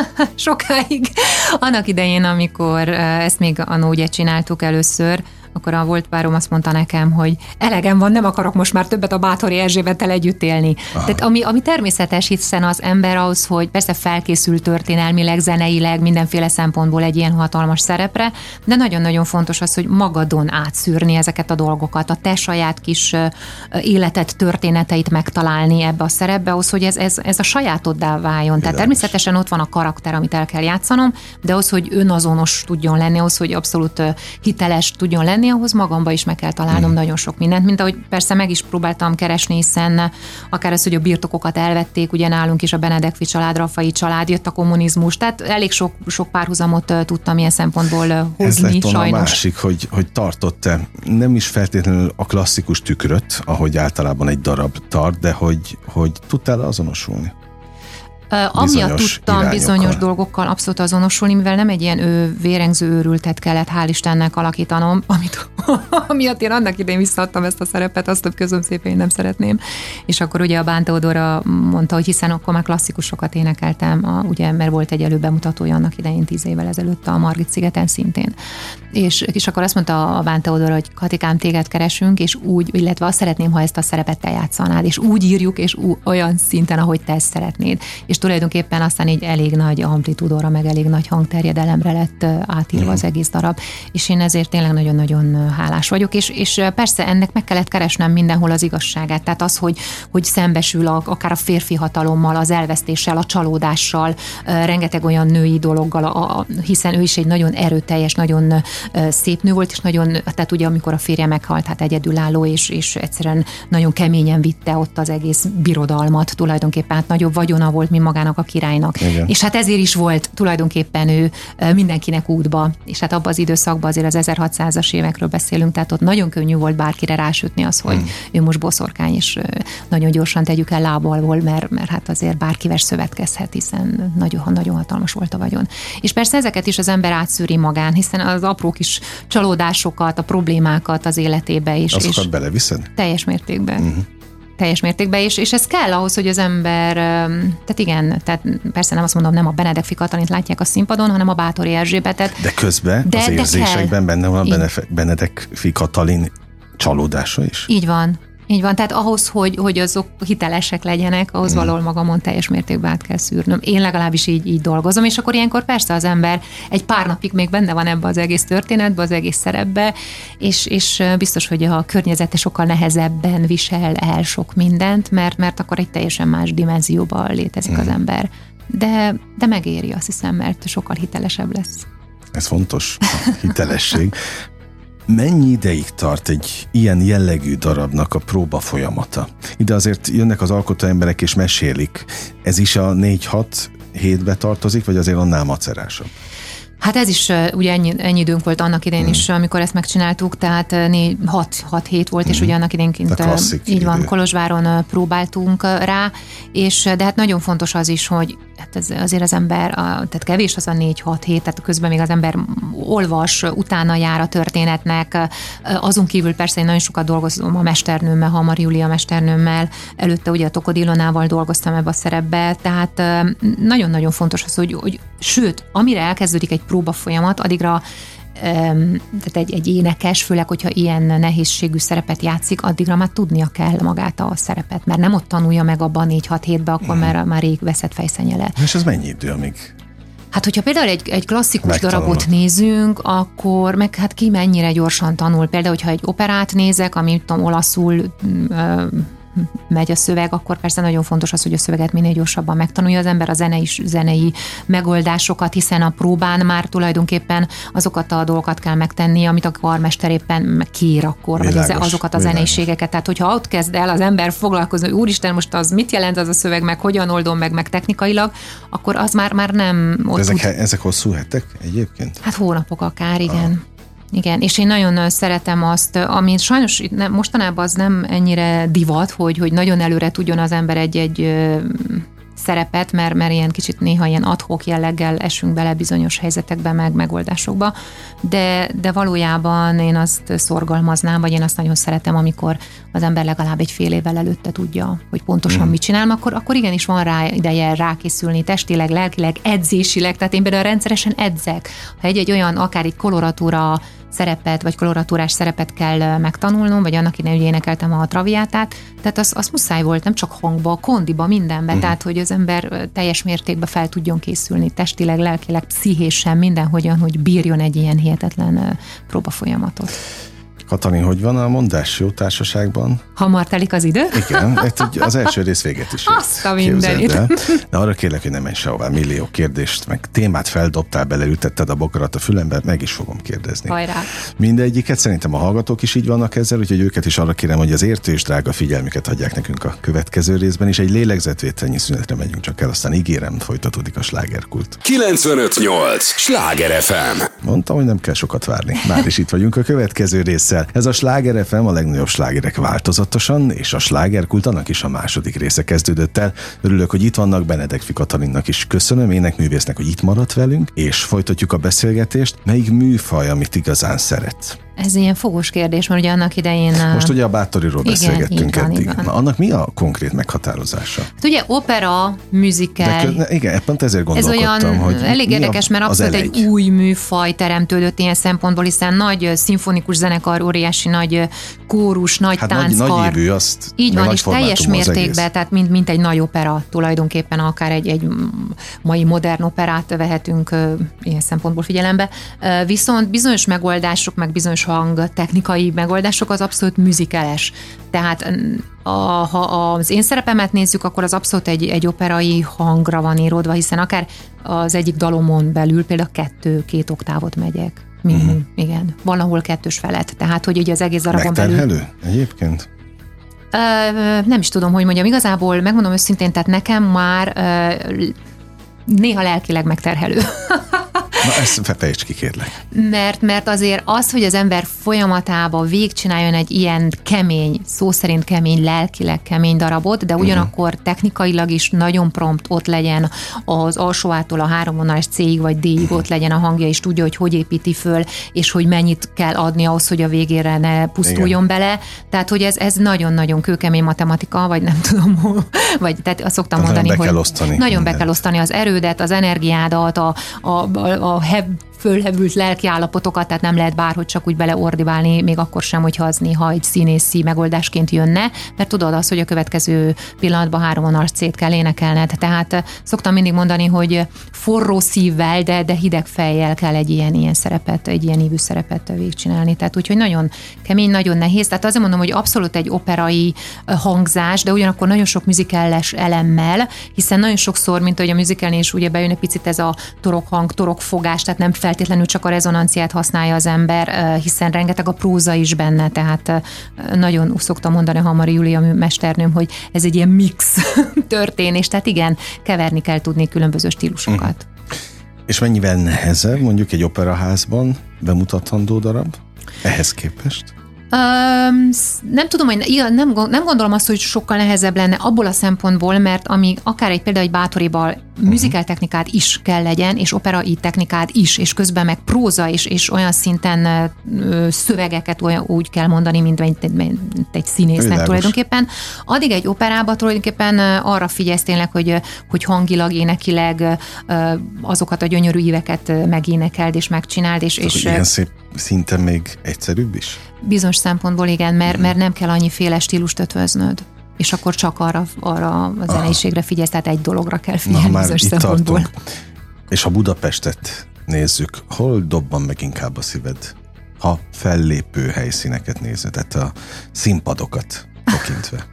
Sokáig. Annak idején, amikor ezt még annó ugye csináltuk először, akkor a volt párom azt mondta nekem, hogy elegem van, nem akarok most már többet a Báthori Erzsébettel együtt élni. Aha. Tehát ami, ami természetes, hiszen az ember ahhoz, hogy persze felkészül történelmileg, zeneileg, mindenféle szempontból egy ilyen hatalmas szerepre, de nagyon-nagyon fontos az, hogy magadon átszűrni ezeket a dolgokat, a te saját kis életed, történeteit megtalálni ebbe a szerepbe, ahhoz, hogy ez, ez, ez a sajátoddá váljon. Világos. Tehát természetesen ott van a karakter, amit el kell játszanom, de ahhoz, hogy önazonos tudjon lenni, ahhoz, hogy abszolút hiteles tudjon lenni, ahhoz magamba is meg kell találnom mm. nagyon sok mindent, mint ahogy persze meg is próbáltam keresni, hiszen akár az, hogy a birtokokat elvették, ugye nálunk is a Benedekfi család, Raffai család, jött a kommunizmus, tehát elég sok, sok párhuzamot tudtam ilyen szempontból hozni, ez lett volna sajnos. A másik, hogy, hogy tartott-e nem is feltétlenül a klasszikus tükröt, ahogy általában egy darab tart, de hogy, hogy tudtál azonosulni? Amiatt tudtam irányokkal. Bizonyos dolgokkal abszolút azonosulni, mivel nem egy ilyen ő vérengző őrültet kellett hál' Istennek alakítanom, amit, amiatt én annak idején visszaadtam ezt a szerepet, azt köszönöm szépen, én nem szeretném. És akkor ugye a Bán Teodóra mondta, hogy hiszen akkor már klasszikusokat énekeltem, a, ugye, mert volt egy előbemutatója annak idején tíz évvel ezelőtt a Margit szigeten szintén. És, és akkor azt mondta a Bán Teodóra, hogy Katikám, téged keresünk, és úgy, illetve azt szeretném, ha ezt a szerepet te játszanád, és úgy írjuk, és ú, olyan szinten, ahogy te ezt szeretnéd. És tulajdonképpen aztán így elég nagy amplitúdóra, meg elég nagy hangterjedelemre lett átírva az egész darab, és én ezért tényleg nagyon-nagyon hálás vagyok, és, és persze ennek meg kellett keresnem mindenhol az igazságát, tehát az, hogy, hogy szembesül a, akár a férfi hatalommal, az elvesztéssel, a csalódással, rengeteg olyan női dologgal, a, a, hiszen ő is egy nagyon erőteljes, nagyon szép nő volt, és nagyon, tehát ugye amikor a férje meghalt, hát egyedülálló, és, és egyszerűen nagyon keményen vitte ott az egész birodalmat, tulajdonképpen hát nagyobb vagyona volt, mint magának a királynak. Igen. És hát ezért is volt tulajdonképpen ő mindenkinek útba, és hát abban az időszakban azért az ezerhatszázas évekről beszélünk, tehát ott nagyon könnyű volt bárkire rásütni az, hogy hmm. ő most boszorkány, és nagyon gyorsan tegyük el lábalból, mert, mert hát azért bárkivel szövetkezhet, hiszen nagyon, nagyon hatalmas volt a vagyon. És persze ezeket is az ember átszűri magán, hiszen az apró kis csalódásokat, a problémákat az életébe is. Azokat és beleviszed? Teljes mértékben. Uh-huh. Teljes mértékben, és, és ez kell ahhoz, hogy az ember, tehát igen, tehát persze nem azt mondom, nem a Benedek Fi Katalint látják a színpadon, hanem a Báthori Erzsébetet. De közben de, az érzésekben benne van a Benedek Fi Katalin csalódása is? Így van. Így van, tehát ahhoz, hogy, hogy azok hitelesek legyenek, ahhoz mm. valahol magamon teljes mértékben át kell szűrnöm. Én legalábbis így, így dolgozom, és akkor ilyenkor persze az ember egy pár napig még benne van ebbe az egész történetbe, az egész szerepbe, és, és biztos, hogy a környezete sokkal nehezebben visel el sok mindent, mert, mert akkor egy teljesen más dimenzióban létezik mm. az ember. De, de megéri, azt hiszem, mert sokkal hitelesebb lesz. Ez fontos, a hitelesség. Mennyi ideig tart egy ilyen jellegű darabnak a próba folyamata? Ide azért jönnek az alkotó emberek és mesélik. Ez is a négy-hat hétbe tartozik, vagy azért annál macerásabb? Hát ez is ugye ennyi, ennyi időnk volt annak idején mm. is, amikor ezt megcsináltuk, tehát négy, hat, hat hét volt, mm. és ugye annak idején így van, Kolozsváron próbáltunk rá, és de hát nagyon fontos az is, hogy hát ez, azért az ember, a, tehát kevés az a négy-hat hét, tehát közben még az ember olvas, utána jár a történetnek, azon kívül persze én nagyon sokat dolgozom a mesternőmmel, Hamar Júlia mesternőmmel, előtte ugye a Tokod Ilonával dolgoztam ebbe a szerepbe, tehát nagyon-nagyon fontos az, hogy, hogy sőt, amire elkezdődik egy próba folyamat, addigra tehát egy, egy énekes, főleg, hogyha ilyen nehézségű szerepet játszik, addigra már tudnia kell magát a szerepet, mert nem ott tanulja meg abban négy-hat hétbe, akkor mm. már, már rég veszett fejszennyele. És ez mennyi idő, amíg? Hát, hogyha például egy, egy klasszikus darabot nézünk, akkor meg hát ki mennyire gyorsan tanul. Például, hogyha egy operát nézek, amit tudom, olaszul megy a szöveg, akkor persze nagyon fontos az, hogy a szöveget minél gyorsabban megtanulja az ember, a zenei, zenei megoldásokat, hiszen a próbán már tulajdonképpen azokat a dolgokat kell megtenni, amit a karmester éppen kér akkor, világos, vagy azokat a zeneiségeket. Tehát, hogyha ott kezd el az ember foglalkozni, hogy úristen, most az mit jelent az a szöveg, meg hogyan oldom meg, meg technikailag, akkor az már, már nem... Ott ezek, tud... ezek hosszú hetek egyébként? Hát hónapok akár, igen. Ah. Igen, és én nagyon szeretem azt, ami sajnos mostanában az nem ennyire divat, hogy, hogy nagyon előre tudjon az ember egy-egy szerepet, mert, mert ilyen kicsit néha ilyen ad-hoc jelleggel esünk bele bizonyos helyzetekbe, meg megoldásokba, de, de valójában én azt szorgalmaznám, vagy én azt nagyon szeretem, amikor az ember legalább egy fél évvel előtte tudja, hogy pontosan mm. mit csinál, akkor, akkor igenis van rá ideje rákészülni testileg, lelkileg, edzésileg, tehát én például rendszeresen edzek. Ha egy-egy olyan, akár egy koloratúra szerepet, vagy koloratúrás szerepet kell megtanulnom, vagy annak idején énekeltem a Traviátát, tehát az, az muszáj volt, nem csak hangba, kondiba, mindenbe, uh-huh. tehát hogy az ember teljes mértékben fel tudjon készülni, testileg, lelkileg, pszichésen, mindenhogyan, hogy bírjon egy ilyen hihetetlen próbafolyamatot. Katalin, hogy van a mondás jó társaságban? Hamar telik az idő? Igen, az első rész véget is. Azt a mindenit. De arra kérlek, hogy ne menj sehová, millió kérdést, meg témát feldobtál, beleütetted a bokarat a fülembe, meg is fogom kérdezni. Hajrá! Mindegyiket, szerintem a hallgatók is így vannak ezzel, úgyhogy őket is arra kérem, hogy az értő és drága figyelmüket adják nekünk a következő részben, és egy lélegzetvételnyi szünetre megyünk csak el, aztán ígérem, folytatódik a slágerkult. kilencvenöt nyolc Sláger ef em. Mondtam, hogy nem kell sokat várni. Már is itt vagyunk a következő résszel. perccel. Ez a Sláger ef em, a legnagyobb slágerek változatosan, és a slágerkult annak is a második része kezdődött el. Örülök, hogy itt vannak, Benedek Katalinnak is köszönöm, énekművésznek, hogy itt maradt velünk, és folytatjuk a beszélgetést. Melyik műfaj, amit igazán szeret? Ez ilyen fogós kérdés, mert ugye annak idején... Most ugye a Bátoriról igen, beszélgettünk van, eddig. Na, annak mi a konkrét meghatározása? Hát ugye opera, musical... De, igen, pont ezért gondolkodtam, ez olyan hogy elég érdekes, mert abszolút egy új műfaj teremtődött ilyen szempontból, hiszen nagy szimfonikus zenekar, óriási nagy kórus, nagy hát tánckar. Nagy, nagy évű azt. Így van, és teljes mértékben, tehát mint, mint egy nagy opera tulajdonképpen, akár egy, egy mai modern operát vehetünk ilyen szempontból figyelembe. Viszont bizonyos megoldások, meg bizonyos hang technikai megoldások az abszolút műzikeles. Tehát a, ha az én szerepemet nézzük, akkor az abszolút egy, egy operai hangra van íródva, hiszen akár az egyik dalomon belül például kettő, két oktávot megyek. Minimum, uh-huh. igen. Van, ahol kettős felett. Tehát, hogy ugye az egész darabon belül... Megterhelő egyébként? Ö, nem is tudom, hogy mondjam. Igazából, megmondom őszintén, tehát nekem már ö, néha lelkileg megterhelő. Na ezt fejtsd ki, kérlek. Mert, mert azért az, hogy az ember folyamatába végigcsináljon egy ilyen kemény, szó szerint kemény, lelkileg kemény darabot, de ugyanakkor technikailag is nagyon prompt ott legyen az alsóától a háromvonalas C-ig vagy D-ig ott legyen a hangja, és tudja, hogy hogy építi föl, és hogy mennyit kell adni ahhoz, hogy a végére ne pusztuljon igen. bele. Tehát, hogy ez, ez nagyon-nagyon kőkemény matematika, vagy nem tudom, vagy tehát azt szoktam tehát mondani, be hogy osztani, nagyon mindent. be kell osztani az erődet, az energiádat, a, a, a, a hev, fölhevült lelki állapotokat, tehát nem lehet bárhogy csak úgy beleordibálni, még akkor sem, hogyha az néha egy színészi megoldásként jönne, mert tudod azt, hogy a következő pillanatban háromvonalas C-t kell énekelned. Tehát szoktam mindig mondani, hogy forró szívvel, de, de hideg fejjel kell egy ilyen, ilyen szerepet, egy ilyen ívű szerepet végigcsinálni. Tehát úgyhogy nagyon kemény, nagyon nehéz. Tehát azért mondom, hogy abszolút egy operai hangzás, de ugyanakkor nagyon sok műzikelles elemmel, hiszen nagyon sokszor, mint ahogy a műzikelnél is ugye bejön egy picit ez a torokhang, torokfogás, tehát nem feltétlenül csak a rezonanciát használja az ember, hiszen rengeteg a próza is benne, tehát nagyon szoktam mondani Hamari Júlia mesternőm, hogy ez egy ilyen mix történés, tehát igen, keverni kell tudni különböző stílusokat. Mm. És mennyivel nehezebb mondjuk egy operaházban bemutatandó darab ehhez képest? Um, nem tudom, hogy igen, nem, nem gondolom azt, hogy sokkal nehezebb lenne abból a szempontból, mert ami akár egy például egy Bátorival uh-huh. musical technikát is kell legyen, és operai technikát is, és közben meg próza is, és olyan szinten ö, szövegeket olyan, úgy kell mondani, mint egy, egy, egy színésznek Világos. Tulajdonképpen. Addig egy operában tulajdonképpen arra figyelsz tényleg, hogy, hogy hangilag, énekileg ö, azokat a gyönyörű íveket megénekeld és megcsináld. És, és ilyen szép szinten még egyszerűbb is? Bizonyos szempontból igen, mert, mert nem kell annyiféle stílust ötvöznöd. És akkor csak arra, arra a zeneiségre figyelsz, tehát egy dologra kell figyelni bizonyos szempontból. Tartunk. És ha Budapestet nézzük, hol dobban meg inkább a szíved? Ha fellépő helyszíneket nézed, tehát a színpadokat tekintve.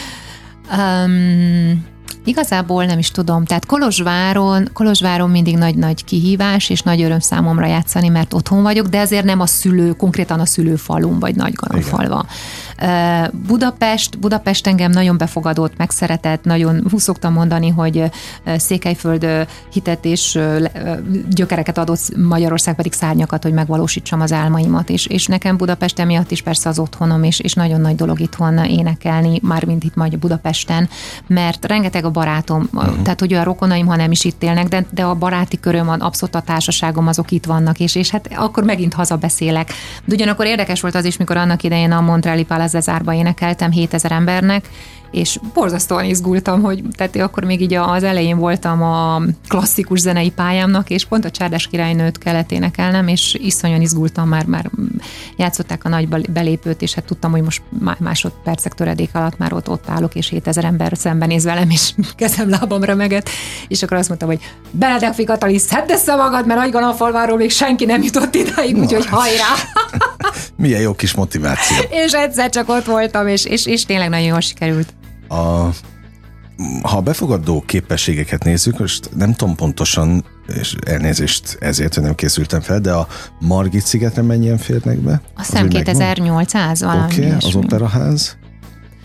um, Igazából nem is tudom, tehát Kolozsváron, Kolozsváron mindig nagy-nagy kihívás, és nagy öröm számomra játszani, mert otthon vagyok, de ezért nem a szülő, konkrétan a szülőfalum, vagy Nagygalamfalva. Budapest, Budapest engem nagyon befogadott, megszeretett, nagyon hú, szoktam mondani, hogy Székelyföld hitet és gyökereket adott, Magyarország pedig szárnyakat, hogy megvalósítsam az álmaimat, és, és nekem Budapest emiatt is persze az otthonom, és, és nagyon nagy dolog itthon énekelni, mármint itt majd Budapesten, mert rengeteg a barátom, uh-huh. tehát hogy olyan rokonaim, ha nem is itt élnek, de, de a baráti köröm, abszolút a társaságom, azok itt vannak, és, és hát akkor megint hazabeszélek. De ugyanakkor érdekes volt az is, mikor annak idején a Montreali Palace Zárba énekeltem hétezer embernek, és borzasztóan izgultam, hogy tehát akkor még így az elején voltam a klasszikus zenei pályámnak, és pont a Csárdás királynőt kellett énekelnem, és iszonyan izgultam, már, már játszották a nagy belépőt, és hát tudtam, hogy most másodpercek töredék alatt már ott, ott állok, és hétezer ember szembenéz velem, és kezem lábam remegett, és akkor azt mondtam, hogy Benedek Katalin, szedd össze magad, mert Nagygalamfalváról még senki nem jutott idáig, úgyhogy hajrá! Milyen jó kis motiváció. És egyszer csak ott voltam, és, és, és tényleg nagyon jól sikerült. A, ha a befogadó képességeket nézzük, most nem tudom pontosan, és elnézést ezért, hogy nem készültem fel, de a Margit szigetre mennyien férnek be? Azt hiszem kétezer-nyolcszáz valami. Oké, okay, az operaház.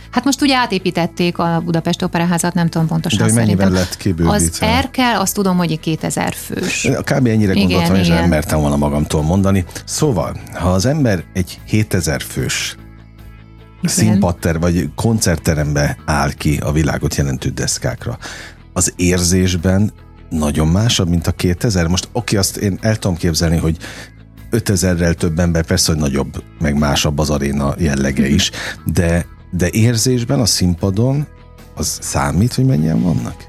Hát most ugye átépítették a Budapesti Operaházat, nem tudom pontosan. De hogy mennyivel szerintem. lett kibővítve? Az Erkel, azt tudom, hogy kétezer fős. Kb. Ennyire gondoltam, és nem mertem volna magamtól mondani. Szóval, ha az ember egy hétezer fős színpadter vagy koncertterembe áll ki a világot jelentő deszkákra, az érzésben nagyon másabb, mint a kétezer. Most oké, azt én el tudom képzelni, hogy ötezerrel több ember, persze, hogy nagyobb, meg másabb az aréna jellege is, de, de érzésben a színpadon az számít, hogy mennyien vannak?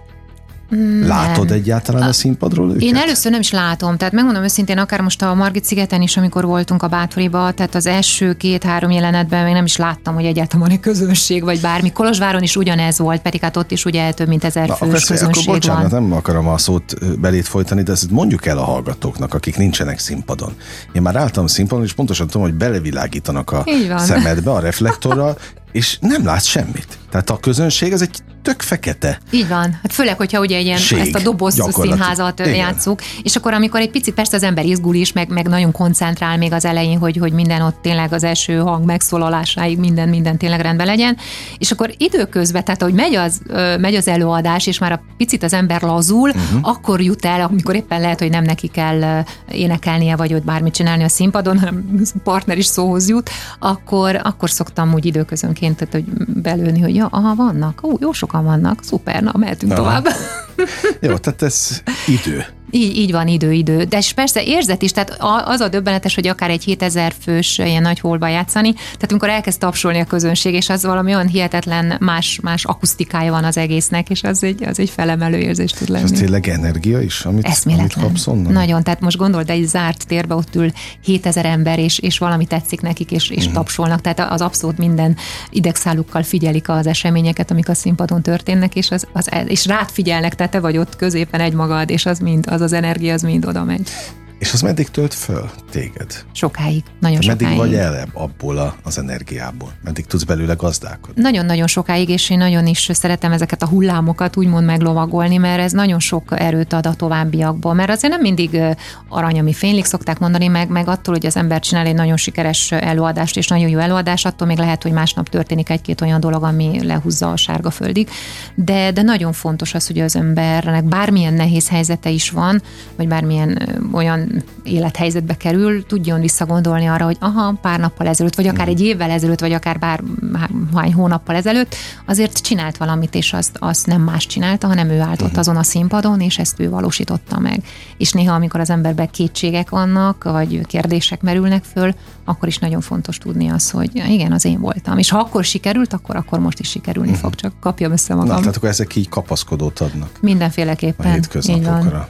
Látod nem. egyáltalán a színpadról őket? Én először nem is látom, tehát megmondom őszintén, akár most a Margit szigeten is, amikor voltunk a Bátoriba, tehát az első két-három jelenetben még nem is láttam, hogy egyáltalán van egy közönség, vagy bármi. Kolozsváron is ugyanez volt, pedig hát ott is ugye több mint ezer fős persze, közönség akkor bocsánat, van. Nem akarom a szót belét folytani, de ezt mondjuk el a hallgatóknak, akik nincsenek színpadon. Én már álltam színpadon, és pontosan tudom, hogy belevilágítanak a szemedbe, a reflektorral, és nem látsz semmit. Tehát a közönség az egy tök fekete. Így van. Hát főleg, hogyha ugye egy ilyen, ezt a doboz színházat igen. játsszuk, és akkor amikor egy picit persze az ember izgul is, meg, meg nagyon koncentrál még az elején, hogy, hogy minden ott tényleg az első hang megszólalásáig minden, minden tényleg rendben legyen, és akkor időközben, tehát ahogy megy az, megy az előadás, és már a picit az ember lazul, uh-huh. akkor jut el, amikor éppen lehet, hogy nem neki kell énekelnie, vagy ott bármit csinálni a színpadon, hanem partner is szóhoz jut, akkor, akkor szoktam úgy időközönként, tehát, hogy belőni, hogy ja, aha, vannak, ó, jó sokan vannak, szuper, na, mehetünk aha. tovább. Jó, tehát ez idő. Így, így van, idő, idő. De persze érzet is, tehát az a döbbenetes, hogy akár egy hétezer fős ilyen nagy hólba játszani, tehát amikor elkezd tapsolni a közönség, és az valami olyan hihetetlen más, más akusztikája van az egésznek, és az egy, az egy felemelő érzés tud lenni. És az tényleg energia is, amit, amit kapsz onnan? Nagyon, tehát most gondold, egy zárt térbe ott ül hétezer ember, és, és valami tetszik nekik, és, és mm. tapsolnak, tehát az abszolút minden idegszálukkal figyelik az eseményeket, amik a színpadon történnek, és, az, az, és rád figyelnek, tehát te vagy ott középen egymagad, és az mind, az az energia, az mind oda megy. És az meddig tölt föl téged? Sokáig, nagyon te sokáig. Meddig vagy el abból a, az energiából? Meddig tudsz belőle gazdálkodni? Nagyon-nagyon sokáig, és én nagyon is szeretem ezeket a hullámokat úgymond meglovagolni, mert ez nagyon sok erőt ad a továbbiakból. Mert azért nem mindig arany, ami fénylik, szokták mondani, meg, meg attól, hogy az ember csinál egy nagyon sikeres előadást, és nagyon jó előadás, attól még lehet, hogy másnap történik egy-két olyan dolog, ami lehúzza a sárga földig. De, de nagyon fontos az, hogy az embernek bármilyen nehéz helyzete is van, vagy bármilyen olyan élethelyzetbe kerül, tudjon visszagondolni arra, hogy aha, pár nappal ezelőtt, vagy akár egy évvel ezelőtt, vagy akár bár hány hónappal ezelőtt, azért csinált valamit, és azt, azt nem más csinálta, hanem ő állt ott azon a színpadon, és ezt ő valósította meg. És néha, amikor az emberben kétségek vannak, vagy kérdések merülnek föl, akkor is nagyon fontos tudni az, hogy igen, az én voltam. És ha akkor sikerült, akkor, akkor most is sikerülni uh-huh. fog, csak kapjam össze magam. Na, tehát akkor ezek így kapaszkodót adnak. Mindenféleképpen. A hétköznapokra.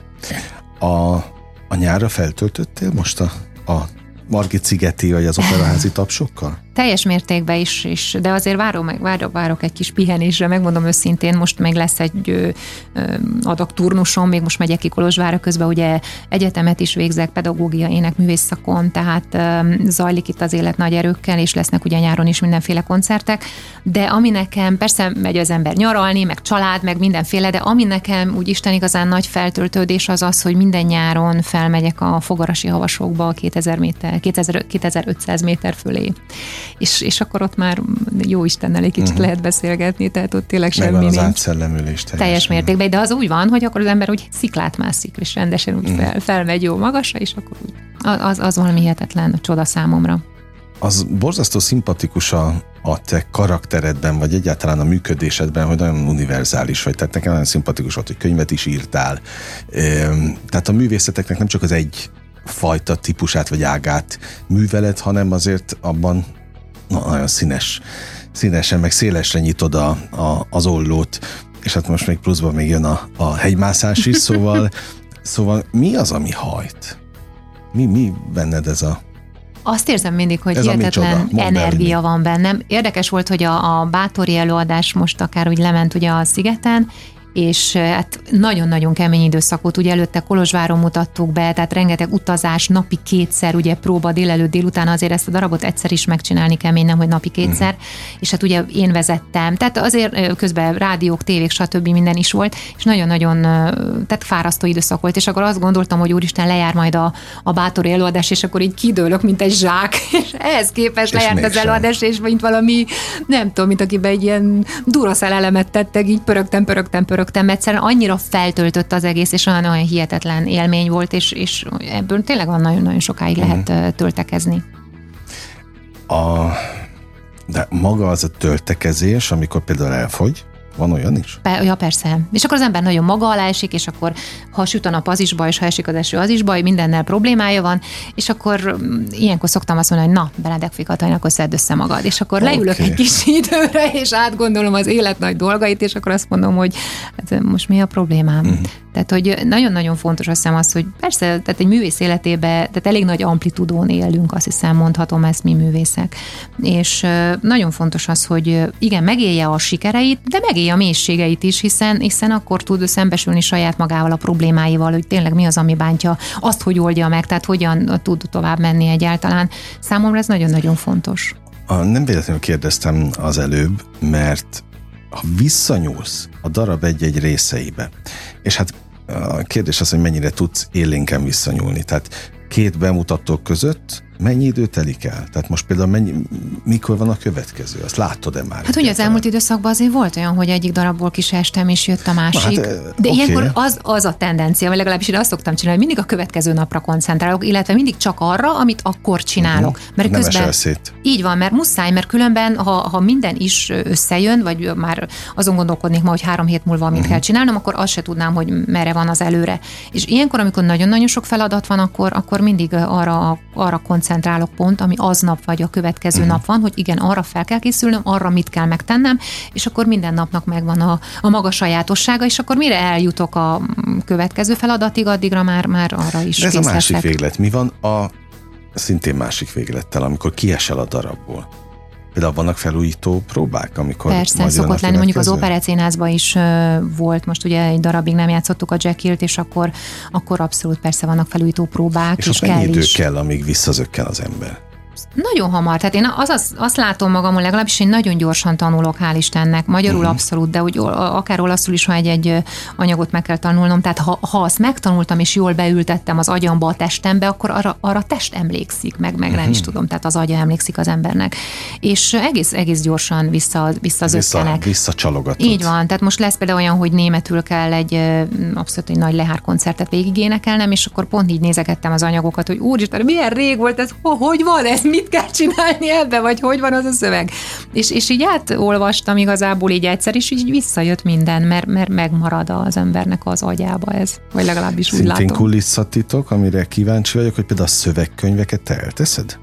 A A nyárra feltöltöttél most a, a Margit szigeti vagy az operaházi tapsokkal? Teljes mértékben is, is, de azért várom, meg, várok, várok egy kis pihenésre, megmondom őszintén, most még lesz egy ö, ö, adag turnusom, még most megyek ki Kolozsvárra, közben ugye egyetemet is végzek, pedagógia, énekművész szakon, tehát ö, zajlik itt az élet nagy erőkkel, és lesznek ugye nyáron is mindenféle koncertek, de ami nekem, persze megy az ember nyaralni, meg család, meg mindenféle, de ami nekem úgy Isten igazán nagy feltöltődés az az, hogy minden nyáron felmegyek a Fogarasi Havasokba a kétezer méter, kétezer-ötszáz méter fölé. És, és akkor ott már jó Istennel egy kicsit uh-huh. lehet beszélgetni, tehát ott tényleg semmi nincs. Megvan az átszellemülés teljes mértékben, de az úgy van, hogy akkor az ember úgy sziklát mászik, és rendesen úgy uh-huh. fel, felmegy jó magasra, és akkor úgy, az, az valami hihetetlen csoda számomra. Az borzasztó szimpatikus a, a te karakteredben, vagy egyáltalán a működésedben, hogy nagyon univerzális vagy. Tehát nekem nagyon szimpatikus volt, hogy könyvet is írtál. Tehát a művészeteknek nem csak az egy fajta típusát vagy ágát műveled, hanem azért abban na, nagyon színes, színesen, meg szélesre nyitod a, a, az ollót, és hát most még pluszban még jön a, a hegymászás is, szóval, szóval mi az, ami hajt? Mi, mi benned ez a... Azt érzem mindig, hogy hihetetlen energia van bennem. Érdekes volt, hogy a, a bátori előadás most akár úgy lement ugye a szigeten, és hát nagyon-nagyon kemény időszak volt, ugye előtte Kolozsváron mutattuk be, tehát rengeteg utazás, napi kétszer, ugye próba délelőtt, délután, azért ezt a darabot egyszer is megcsinálni kemény, nem, hogy napi kétszer, mm. és hát ugye én vezettem, tehát azért közben rádiók, tévék, stb. Minden is volt, és nagyon-nagyon tehát fárasztó időszak volt, és akkor azt gondoltam, hogy úristen, lejár majd a, a bátor előadás, és akkor így kidőlök, mint egy zsák, és ehhez képest és lejárt az előadás, és mint valami, nem tudom, mint akiben egy ilyen duracell elemet tettek, így pörögtem, pörögtem, pörögtem, egyszerűen annyira feltöltött az egész, és olyan, olyan hihetetlen élmény volt, és, és ebből tényleg van nagyon-nagyon sokáig mm. lehet töltekezni. A, de maga az a töltekezés, amikor például elfogy, van olyan is? Be, ja, persze. És akkor az ember nagyon maga alá esik, és akkor ha süt a nap, az is baj, és ha esik az eső, az is baj, mindennel problémája van, és akkor ilyenkor szoktam azt mondani, hogy na, Benedek Katalin, akkor szedd össze magad, és akkor okay. leülök egy kis időre, és átgondolom az élet nagy dolgait, és akkor azt mondom, hogy hát most mi a problémám? Mm. Tehát, hogy nagyon-nagyon fontos azt hiszem az, hogy persze, tehát egy művész életében, tehát elég nagy amplitudón élünk, azt hiszem, mondhatom ezt mi művészek. És nagyon fontos az, hogy igen, megélje a sikereit, de megélje a mélységeit is, hiszen, hiszen akkor tud szembesülni saját magával a problémáival, hogy tényleg mi az, ami bántja, azt, hogy oldja meg, tehát hogyan tud tovább menni egyáltalán. Számomra ez nagyon-nagyon fontos. A, nem véletlenül kérdeztem az előbb, mert ha visszanyúlsz a darab egy-egy részeibe, és hát a kérdés az, hogy mennyire tudsz élénken visszanyúlni. Tehát két bemutatók között mennyi idő telik el? Tehát most például mennyi, mikor van a következő? Azt láttad-e már? Hát ugye az elmúlt időszakban azért volt olyan, hogy egyik darabból kisestem, és jött a másik. Na, hát, de okay. ilyenkor az, az a tendencia, vagy legalábbis én azt szoktam csinálni, hogy mindig a következő napra koncentrálok, illetve mindig csak arra, amit akkor csinálok. Uh-huh. Mert nem közben eselszét. Így van, mert muszáj, mert különben, ha, ha minden is összejön, vagy már azon gondolkodnék ma, hogy három hét múlva mit uh-huh. kell csinálnom, akkor azt se tudnám, hogy merre van az előre. És ilyenkor, amikor nagyon-nagyon sok feladat van, akkor, akkor mindig arra, arra koncentrálok pont, ami aznap vagy a következő uh-huh. nap van, hogy igen, arra fel kell készülnöm, arra mit kell megtennem, és akkor minden napnak megvan a, a maga sajátossága, és akkor mire eljutok a következő feladatig, addigra már, már arra is kész. Ez a másik véglet. Mi van a szintén másik véglettel, amikor kiesel a darabból? Például vannak felújító próbák, amikor persze, szokott lenni, mondjuk az Operett Színházban is uh, volt, most ugye egy darabig nem játszottuk a Jekyllt, és akkor, akkor abszolút persze vannak felújító próbák, és, és kell mennyi idő is. kell, amíg visszazökken az ember? Nagyon hamar, tehát én az, az, azt látom magamon, legalábbis én nagyon gyorsan tanulok, hál' Istennek, magyarul uh-huh. abszolút, de úgy, akár olaszul is, ha egy-egy anyagot meg kell tanulnom, tehát ha, ha azt megtanultam és jól beültettem az agyamba, a testembe, akkor arra, arra a test emlékszik, meg, meg uh-huh. nem is tudom, tehát az agya emlékszik az embernek. És egész, egész gyorsan vissza, visszazökkenek. Vissza, visszacsalogatod. Így van, tehát most lesz például olyan, hogy németül kell egy abszolút egy nagy Lehár koncertet végig énekelnem, és akkor pont így nézegettem az anyagokat, hogy úristen, milyen rég volt ez, hogy van ez, mit kell csinálni ebbe, vagy hogy van az a szöveg. És, és így átolvastam igazából így egyszer, és így visszajött minden, mert, mert megmarad az embernek az agyába ez, vagy legalábbis szintén úgy látom. Szintén kulisszatitok, amire kíváncsi vagyok, hogy például a szövegkönyveket te elteszed?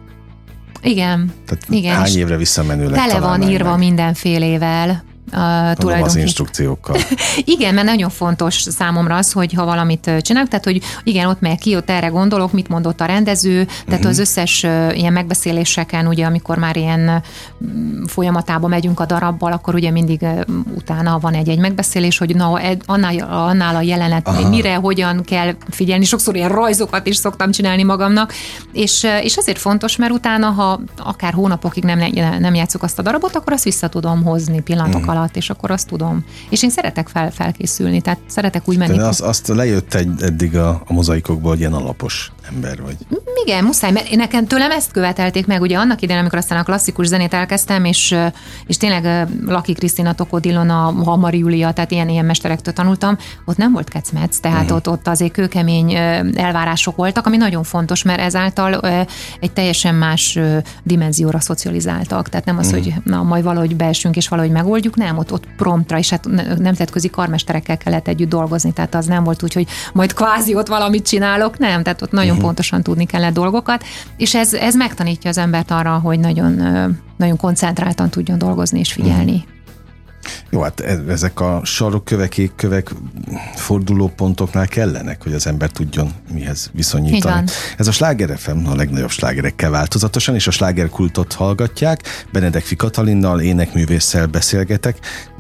Igen. Tehát igen, hány évre visszamenőleg tele van írva meg mindenfélével. Uh, Tudom, az instrukciókkal. Igen, mert nagyon fontos számomra az, hogy ha valamit csinálok, tehát hogy igen, ott megyek ki, ott erre gondolok, mit mondott a rendező, tehát uh-huh. az összes uh, ilyen megbeszéléseken, ugye, amikor már ilyen um, folyamatába megyünk a darabbal, akkor ugye mindig uh, utána van egy-egy megbeszélés, hogy na, ed, annál, annál a jelenet, aha. mire, hogyan kell figyelni, sokszor ilyen rajzokat is szoktam csinálni magamnak, és, uh, és azért fontos, mert utána, ha akár hónapokig nem, nem játszok azt a darabot, akkor azt vissza tudom hozni pillanatok uh-huh. alatt, és akkor azt tudom. És én szeretek fel, felkészülni, tehát szeretek úgy menni. De azt, azt lejött egy, eddig a, a mozaikokból, hogy ilyen alapos ember vagy. Igen, muszáj, mert nekem tőlem ezt követelték meg, ugye annak idején, amikor aztán a klasszikus zenét elkezdtem, és, és tényleg Laki Krisztina, Tokod Ilona, Hamari Júlia, tehát ilyen, ilyen mesterektől tanultam, ott nem volt kecmec, tehát uh-huh. ott, ott azért kőkemény elvárások voltak, ami nagyon fontos, mert ezáltal egy teljesen más dimenzióra szocializáltak. Tehát nem az, uh-huh. hogy na, majd valahogy beesünk és valahogy megoldjuk, nem, ott, ott promptra, és hát nemzetközi karmesterekkel kellett együtt dolgozni, tehát az nem volt úgy, hogy majd kvázi ott valamit csinálok, nem, tehát ott nagyon uh-huh. pontosan tudni kellett dolgokat, és ez, ez megtanítja az embert arra, hogy nagyon, nagyon koncentráltan tudjon dolgozni és figyelni. Uh-huh. Jó, hát ezek a sarokkövek, égkövek fordulópontoknál kellenek, hogy az ember tudjon mihez viszonyítani. Ez a Sláger ef em, a legnagyobb slágerekkel változatosan, és a slágerkultot hallgatják. Benedek Katalinnal, énekművésszel beszélgetek.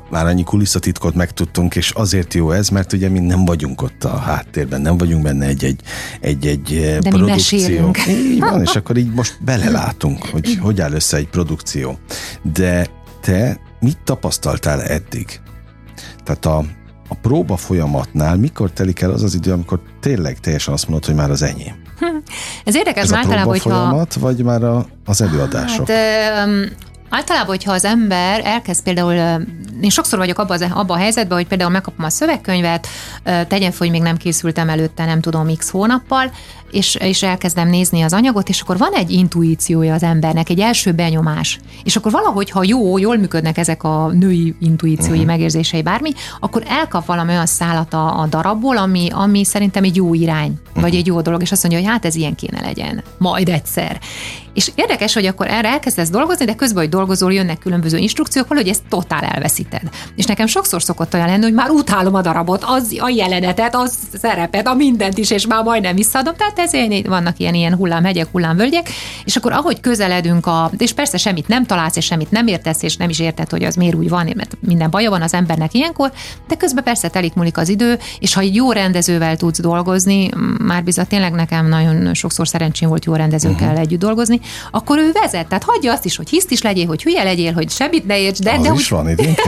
már annyi kulisszatitkot megtudtunk, és azért jó ez, mert ugye mi nem vagyunk ott a háttérben, nem vagyunk benne egy-egy, egy-egy de produkció. Így van, és akkor így most belelátunk, hogy hogy áll össze egy produkció. De te mit tapasztaltál eddig? Tehát a, a próba folyamatnál mikor telik el az az idő, amikor tényleg teljesen azt mondod, hogy már az enyém? Ez érdekes, ez már általában, hogyha... folyamat, vagy már a, az előadások? Hát, um, általában, hogyha az ember elkezd például, én sokszor vagyok abban abba a helyzetben, hogy például megkapom a szövegkönyvet, tegyen fel, hogy még nem készültem előtte, nem tudom, x hónappal, és, és elkezdem nézni az anyagot, és akkor van egy intuíciója az embernek, egy első benyomás. És akkor valahogy, ha jó, jól működnek ezek a női intuíciói, uh-huh. megérzései, bármi, akkor elkap valami olyan szálat a, a darabból, ami, ami szerintem egy jó irány, uh-huh. vagy egy jó dolog, és azt mondja, hogy hát ez ilyen kéne legyen, majd egyszer. És érdekes, hogy akkor erre elkezdesz dolgozni, de közben, hogy dolgozol, jönnek különböző instrukciók, valahogy ezt totál elveszíted. És nekem sokszor szokott olyan lenni, hogy már utálom a darabot, az a jelenetet, az szerepet, a mindent is, és már majdnem visszaadom. Tehát ezért vannak ilyen, ilyen hullámhegyek, hullámvölgyek, és akkor ahogy közeledünk a, és persze semmit nem találsz, és semmit nem értesz, és nem is érted, hogy az miért úgy van, mert minden baja van az embernek ilyenkor, de közben persze telik múlik az idő, és ha egy jó rendezővel tudsz dolgozni, már bizony tényleg nekem nagyon sokszor szerencsém volt jó rendezőkkel uh-huh. együtt dolgozni, akkor ő vezet, tehát hagyja azt is, hogy hisztis is legyél, hogy hülye legyél, hogy semmit ne érts, de, de, úgy, van,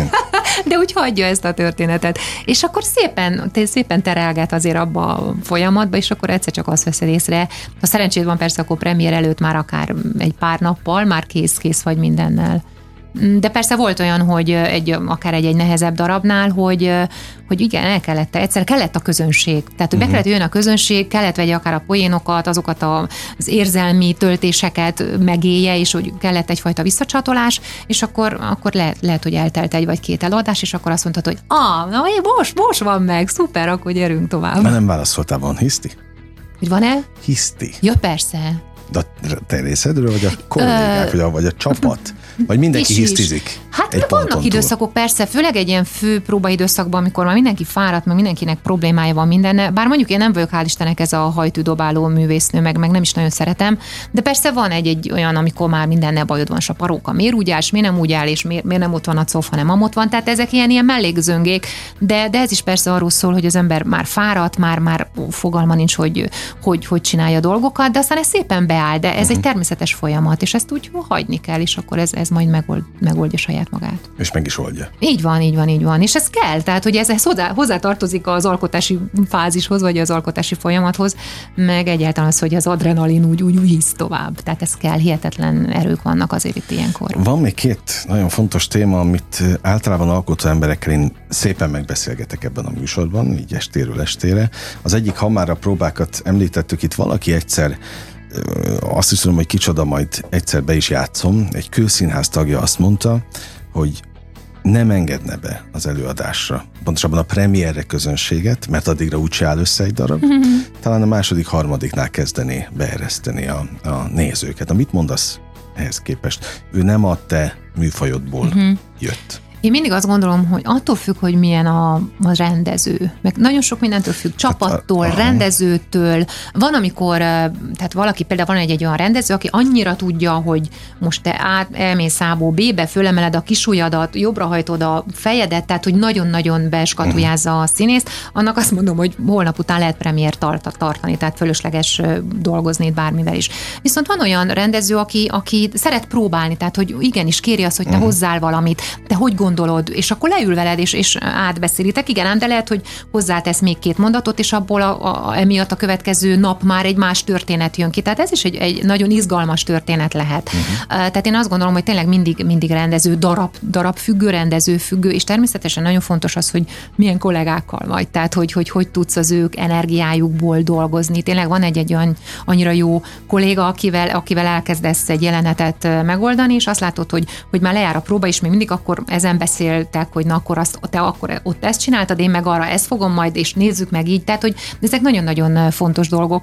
de úgy hagyja ezt a történetet. És akkor szépen, szépen terelget azért abba a folyamatba, és akkor egyszer csak azt veszed észre. Ha szerencséd van persze, akkor premier előtt már akár egy pár nappal már kész, kész vagy mindennel. De persze volt olyan, hogy egy, akár egy, egy nehezebb darabnál, hogy, hogy igen, el kellett, egyszer kellett a közönség. Tehát, hogy be kellett jönni a közönség, kellett vegye akár a poénokat, azokat a, az érzelmi töltéseket megélje, és hogy kellett egyfajta visszacsatolás, és akkor, akkor lehet, lehet, hogy eltelt egy vagy két előadás, és akkor azt mondtad, hogy ah, na, most, most van meg, szuper, akkor gyerünk tovább. Már nem válaszoltál, van hiszti? Hogy van-e? Hiszti. Ja, persze. De a te részedről, vagy a kollégák, Ö... vagy, a, vagy a csapat? Vagy mindenki hisztizik? Hát vannak időszakok persze, főleg egy ilyen fő próbaidőszakban, amikor már mindenki fáradt, meg mindenkinek problémája van mindenne, bár mondjuk én nem vagyok, hál' Istennek, ez a hajtűdobáló művésznő, meg, meg nem is nagyon szeretem, de persze van egy-egy olyan, amikor már mindennel bajod van, és a paróka miért úgy áll, és miért nem úgy áll, és miért, miért nem ott van a cof, hanem amott van, tehát ezek ilyen, ilyen mellékzöngék, de, de ez is persze arról szól, hogy az ember már fáradt, már, már fogalma nincs, hogy, hogy, hogy csinálja a dolgokat, de aztán ez szépen beáll, de ez uh-huh. egy természetes folyamat, és ezt úgy hagyni kell, és akkor ez, ez majd megold, megoldja saját magát. És meg is oldja. Így van, így van, így van. És ez kell, tehát hogy ez, ez hozzá, hozzá tartozik az alkotási fázishoz, vagy az alkotási folyamathoz, meg egyáltalán az, hogy az adrenalin úgy, úgy, úgy hisz tovább. Tehát ez kell, hihetetlen erők vannak azért itt ilyenkor. Van még két nagyon fontos téma, amit általában alkotó emberekkel én szépen megbeszélgetek ebben a műsorban, így estéről estére. Az egyik, ha már a próbákat említettük, itt valaki egyszer azt is tudom, hogy kicsoda, majd egyszer be is játszom. Egy kőszínház tagja azt mondta, hogy nem engedne be az előadásra, pontosabban a premierre közönséget, mert addigra úgyse áll össze egy darab, mm-hmm. talán a második, harmadiknál kezdené beereszteni a, a nézőket. Na, mit mondasz ehhez képest? Ő nem a te műfajodból mm-hmm. jött. Én mindig azt gondolom, hogy attól függ, hogy milyen a, a rendező. Meg nagyon sok mindentől függ, csapattól, hát, rendezőtől. Van, amikor, tehát valaki, például van egy, egy olyan rendező, aki annyira tudja, hogy most te át, elmész A-ból B-be, fölemeled a kisujjadat, jobbra hajtod a fejedet, tehát hogy nagyon-nagyon beskatujázza a színészt, annak azt mondom, hogy holnap után lehet premier tart, tartani, tehát fölösleges dolgozni itt bármivel is. Viszont van olyan rendező, aki, aki szeret próbálni, tehát hogy igenis kéri azt, hogy te uh-huh. hozzál valamit, te hogy gondolod, és akkor leül veled, és, és átbeszélitek, igen, ám de lehet, hogy hozzátesz még két mondatot, és abból a, a, emiatt a következő nap már egy más történet jön ki. Tehát ez is egy, egy nagyon izgalmas történet lehet. Uh-huh. Tehát én azt gondolom, hogy tényleg mindig, mindig rendező, darab, darab függő, rendező függő, és természetesen nagyon fontos az, hogy milyen kollégákkal vagy, tehát hogy hogy, hogy tudsz az ők energiájukból dolgozni. Tényleg van egy-egy olyan annyira jó kolléga, akivel, akivel elkezdesz egy jelenetet megoldani, és azt látod, hogy, hogy már lejár a próba, és még mindig akkor ezen beszéltek, hogy na akkor azt, te akkor ott ezt csináltad, én meg arra ezt fogom majd, és nézzük meg így. Tehát, hogy ezek nagyon-nagyon fontos dolgok.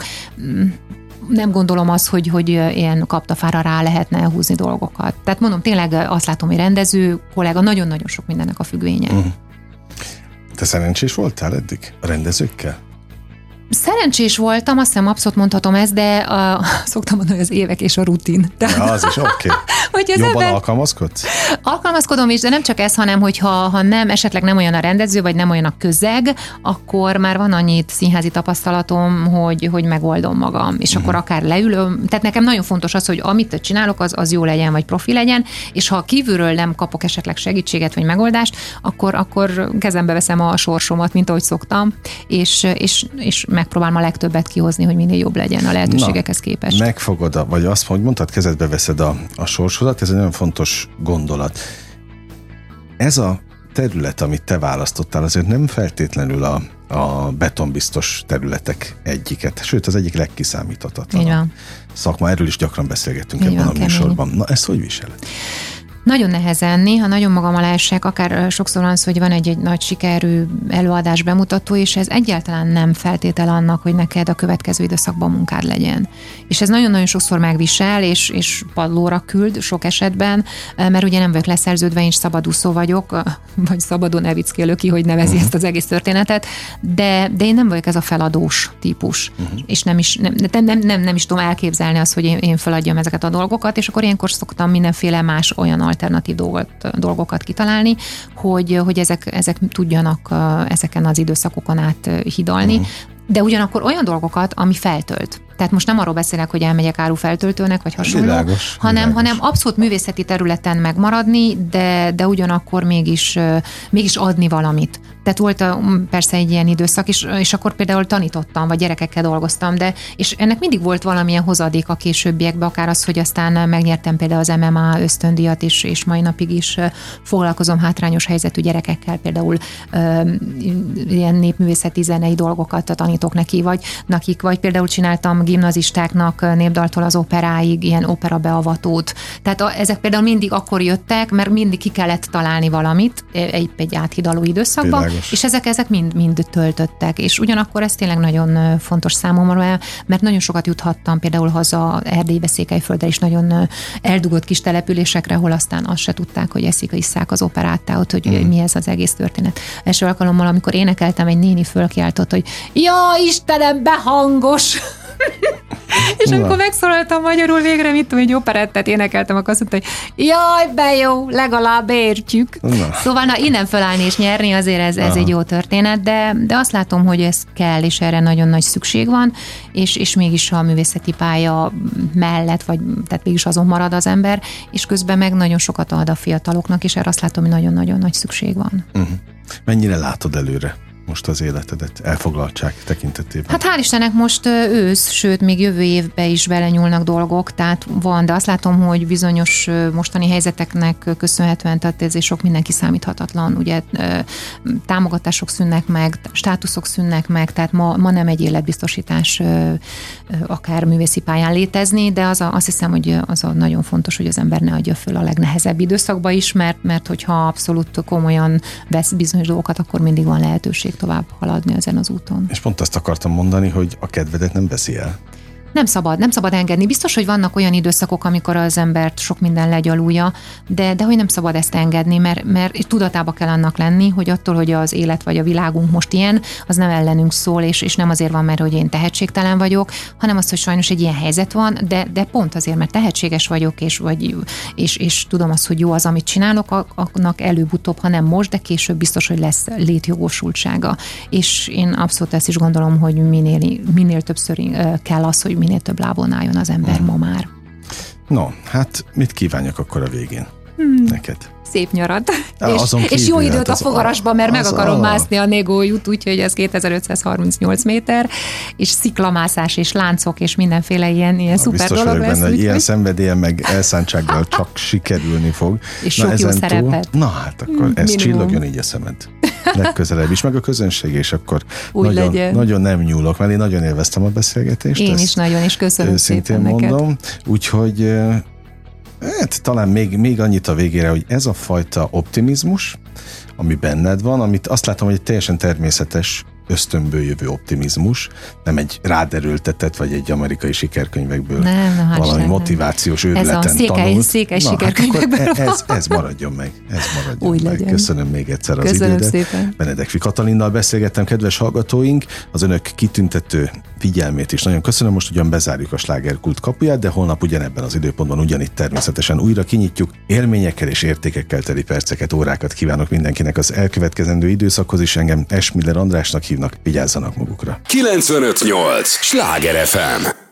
Nem gondolom azt, hogy, hogy ilyen kaptafára rá lehetne húzni dolgokat. Tehát mondom, tényleg azt látom, hogy rendező, kollega, nagyon-nagyon sok mindennek a függvénye. Uh-huh. Te szerencsés voltál eddig a rendezőkkel? Szerencsés voltam, azt hiszem abszolút mondhatom ezt, de a, szoktam mondani, az évek és a rutin. De, ja, az is oké. Okay. Jobban ember... alkalmazkodsz? Alkalmazkodom is, de nem csak ez, hanem hogyha ha nem, esetleg nem olyan a rendező, vagy nem olyan a közeg, akkor már van annyit színházi tapasztalatom, hogy, hogy megoldom magam. És uh-huh. akkor akár leülöm. Tehát nekem nagyon fontos az, hogy amit csinálok, az, az jó legyen, vagy profi legyen, és ha kívülről nem kapok esetleg segítséget, vagy megoldást, akkor, akkor kezembe veszem a sorsomat, mint ahogy szoktam, és, és, és megpróbálom a legtöbbet kihozni, hogy minél jobb legyen a lehetőségekhez képest. Megfogod, a, vagy azt, hogy mondtad, kezedbe veszed a, a sorsodat, ez egy nagyon fontos gondolat. Ez a terület, amit te választottál, azért nem feltétlenül a, a betonbiztos területek egyiket, sőt, az egyik legkiszámíthatatlanabb szakma. Erről is gyakran beszélgettünk Így ebben van, a műsorban. Na, ezt hogy viseled? Nagyon nehezen, néha nagyon magam alá esek, akár sokszor van szó, hogy van egy, egy nagy sikerű előadás bemutató, és ez egyáltalán nem feltétel annak, hogy neked a következő időszakban munkád legyen. És ez nagyon-nagyon sokszor megvisel, és, és padlóra küld sok esetben, mert ugye nem vagyok leszerződve, én is szabadúszó vagyok, vagy szabadon elvickélő ki, hogy nevezi uh-huh. ezt az egész történetet, de, de én nem vagyok ez a feladós típus, uh-huh. és nem is, nem, nem, nem, nem, nem is tudom elképzelni azt, hogy én, én feladjam ezeket a dolgokat, és akkor ilyenkor szoktam mindenféle más olyan alternatív dolgot, dolgokat kitalálni, hogy, hogy ezek, ezek tudjanak ezeken az időszakokon át hidalni, uh-huh. de ugyanakkor olyan dolgokat, ami feltölt. Tehát most nem arról beszélek, hogy elmegyek árufeltöltőnek, vagy hasonló, világos, hanem, világos. hanem abszolút művészeti területen megmaradni, de, de ugyanakkor mégis, mégis adni valamit. Tehát volt a, persze egy ilyen időszak, és, és akkor például tanítottam, vagy gyerekekkel dolgoztam, de és ennek mindig volt valamilyen hozadék a későbbiekben, akár az, hogy aztán megnyertem például az em em á ösztöndíjat, és, és mai napig is foglalkozom hátrányos helyzetű gyerekekkel, például ö, ilyen népművészeti zenei dolgokat tanítok neki, vagy nekik, vagy például csináltam gimnazistáknak népdaltól az operáig, ilyen opera beavatót. Tehát a, ezek például mindig akkor jöttek, mert mindig ki kellett találni valamit egy, egy áthidaló időszakban, Világos. És ezek, ezek mind, mind töltöttek. És ugyanakkor ez tényleg nagyon fontos számomra, mert nagyon sokat juthattam például haza Erdélybe, Székelyföldre is nagyon eldugott kis településekre, hol aztán azt se tudták, hogy eszik, isszák az operát, tehát, hogy mm. mi ez az egész történet. Első alkalommal, amikor énekeltem, egy néni fölkiáltott, hogy ja, Istenem, behangos! És amikor megszólaltam magyarul végre, mit tudom, egy operettet énekeltem, akkor azt mondta, hogy jaj, be jó, legalább értjük. Na. Szóval na, innen fölállni és nyerni azért ez, ez egy jó történet, de, de azt látom, hogy ez kell, és erre nagyon nagy szükség van, és, és mégis a művészeti pálya mellett, vagy tehát mégis azon marad az ember, és közben meg nagyon sokat ad a fiataloknak, és erre azt látom, hogy nagyon-nagyon nagy szükség van. Uh-huh. Mennyire látod előre most az életedet elfoglaltság tekintetében? Hát hál' Istennek most ősz, sőt, még jövő évbe is belenyúlnak dolgok, tehát van, de azt látom, hogy bizonyos mostani helyzeteknek köszönhetően, tehát ez sok mindenki számíthatatlan, ugye támogatások szűnnek meg, státuszok szűnnek meg, tehát ma, ma nem egy életbiztosítás akár művészi pályán létezni, de az a, azt hiszem, hogy az a nagyon fontos, hogy az ember ne adja föl a legnehezebb időszakba is, mert, mert hogyha abszolút komolyan vesz bizonyos dolgokat, akkor mindig van lehetőség tovább haladni ezen az úton. És pont azt akartam mondani, hogy a kedvedet nem veszi el. Nem szabad, nem szabad engedni. Biztos, hogy vannak olyan időszakok, amikor az embert sok minden legyalulja, de, de hogy nem szabad ezt engedni, mert, mert tudatába kell annak lenni, hogy attól, hogy az élet vagy a világunk most ilyen, az nem ellenünk szól, és, és nem azért van, mert hogy én tehetségtelen vagyok, hanem az, hogy sajnos egy ilyen helyzet van, de, de pont azért, mert tehetséges vagyok, és, vagy, és, és tudom azt, hogy jó az, amit csinálok, annak előbb-utóbb, ha nem most, de később biztos, hogy lesz létjogosultsága. És én abszolút ezt is gondolom, hogy minél, minél többször kell az, hogy minél több lábon álljon az ember hmm. ma már. No, hát mit kívánjak akkor a végén hmm. neked? Szép nyarat. Á, és, kívül, és jó időt hát a fogarasban, mert meg akarom a... mászni a Négójút, úgyhogy ez kétezer-ötszázharmincnyolc méter, és sziklamászás, és láncok, és mindenféle ilyen, ilyen Na, szuper dolog lesz. Benne, úgy, ilyen hogy... szenvedélyen meg elszántsággal csak sikerülni fog. És sok Na, jó szerepet. Túl, na hát akkor ez csillogjon így a szemed. Legközelebb is, meg a közönség, és akkor nagyon, nagyon nem nyúlok, mert én nagyon élveztem a beszélgetést. Én is nagyon, és köszönöm szépen neked. Mondom, úgyhogy hát talán még, még annyit a végére, hogy ez a fajta optimizmus, ami benned van, amit azt látom, hogy egy teljesen természetes ösztönből jövő optimizmus, nem egy ráderőltetett, vagy egy amerikai sikerkönyvekből nem, nem, valami nem, motivációs őrületen ez a székely, tanult. székely Na, sikerkönyvekből hát ez, ez maradjon meg. Ez maradjon Úgy meg. legyen. Köszönöm még egyszer az Köszönöm idődet. Szépen. Benedek Katalinnal beszélgettem, kedves hallgatóink, az önök kitüntető figyelmét is nagyon köszönöm. Most ugyan bezárjuk a Slágerkult kapuját, de holnap ugyanebben az időpontban ugyanitt természetesen újra kinyitjuk. Élményekkel és értékekkel teli perceket, órákat kívánok mindenkinek az elkövetkezendő időszakhoz is. Engem Esmiller Andrásnak hívnak, vigyázzanak magukra. kilencvenöt nyolc Sláger ef em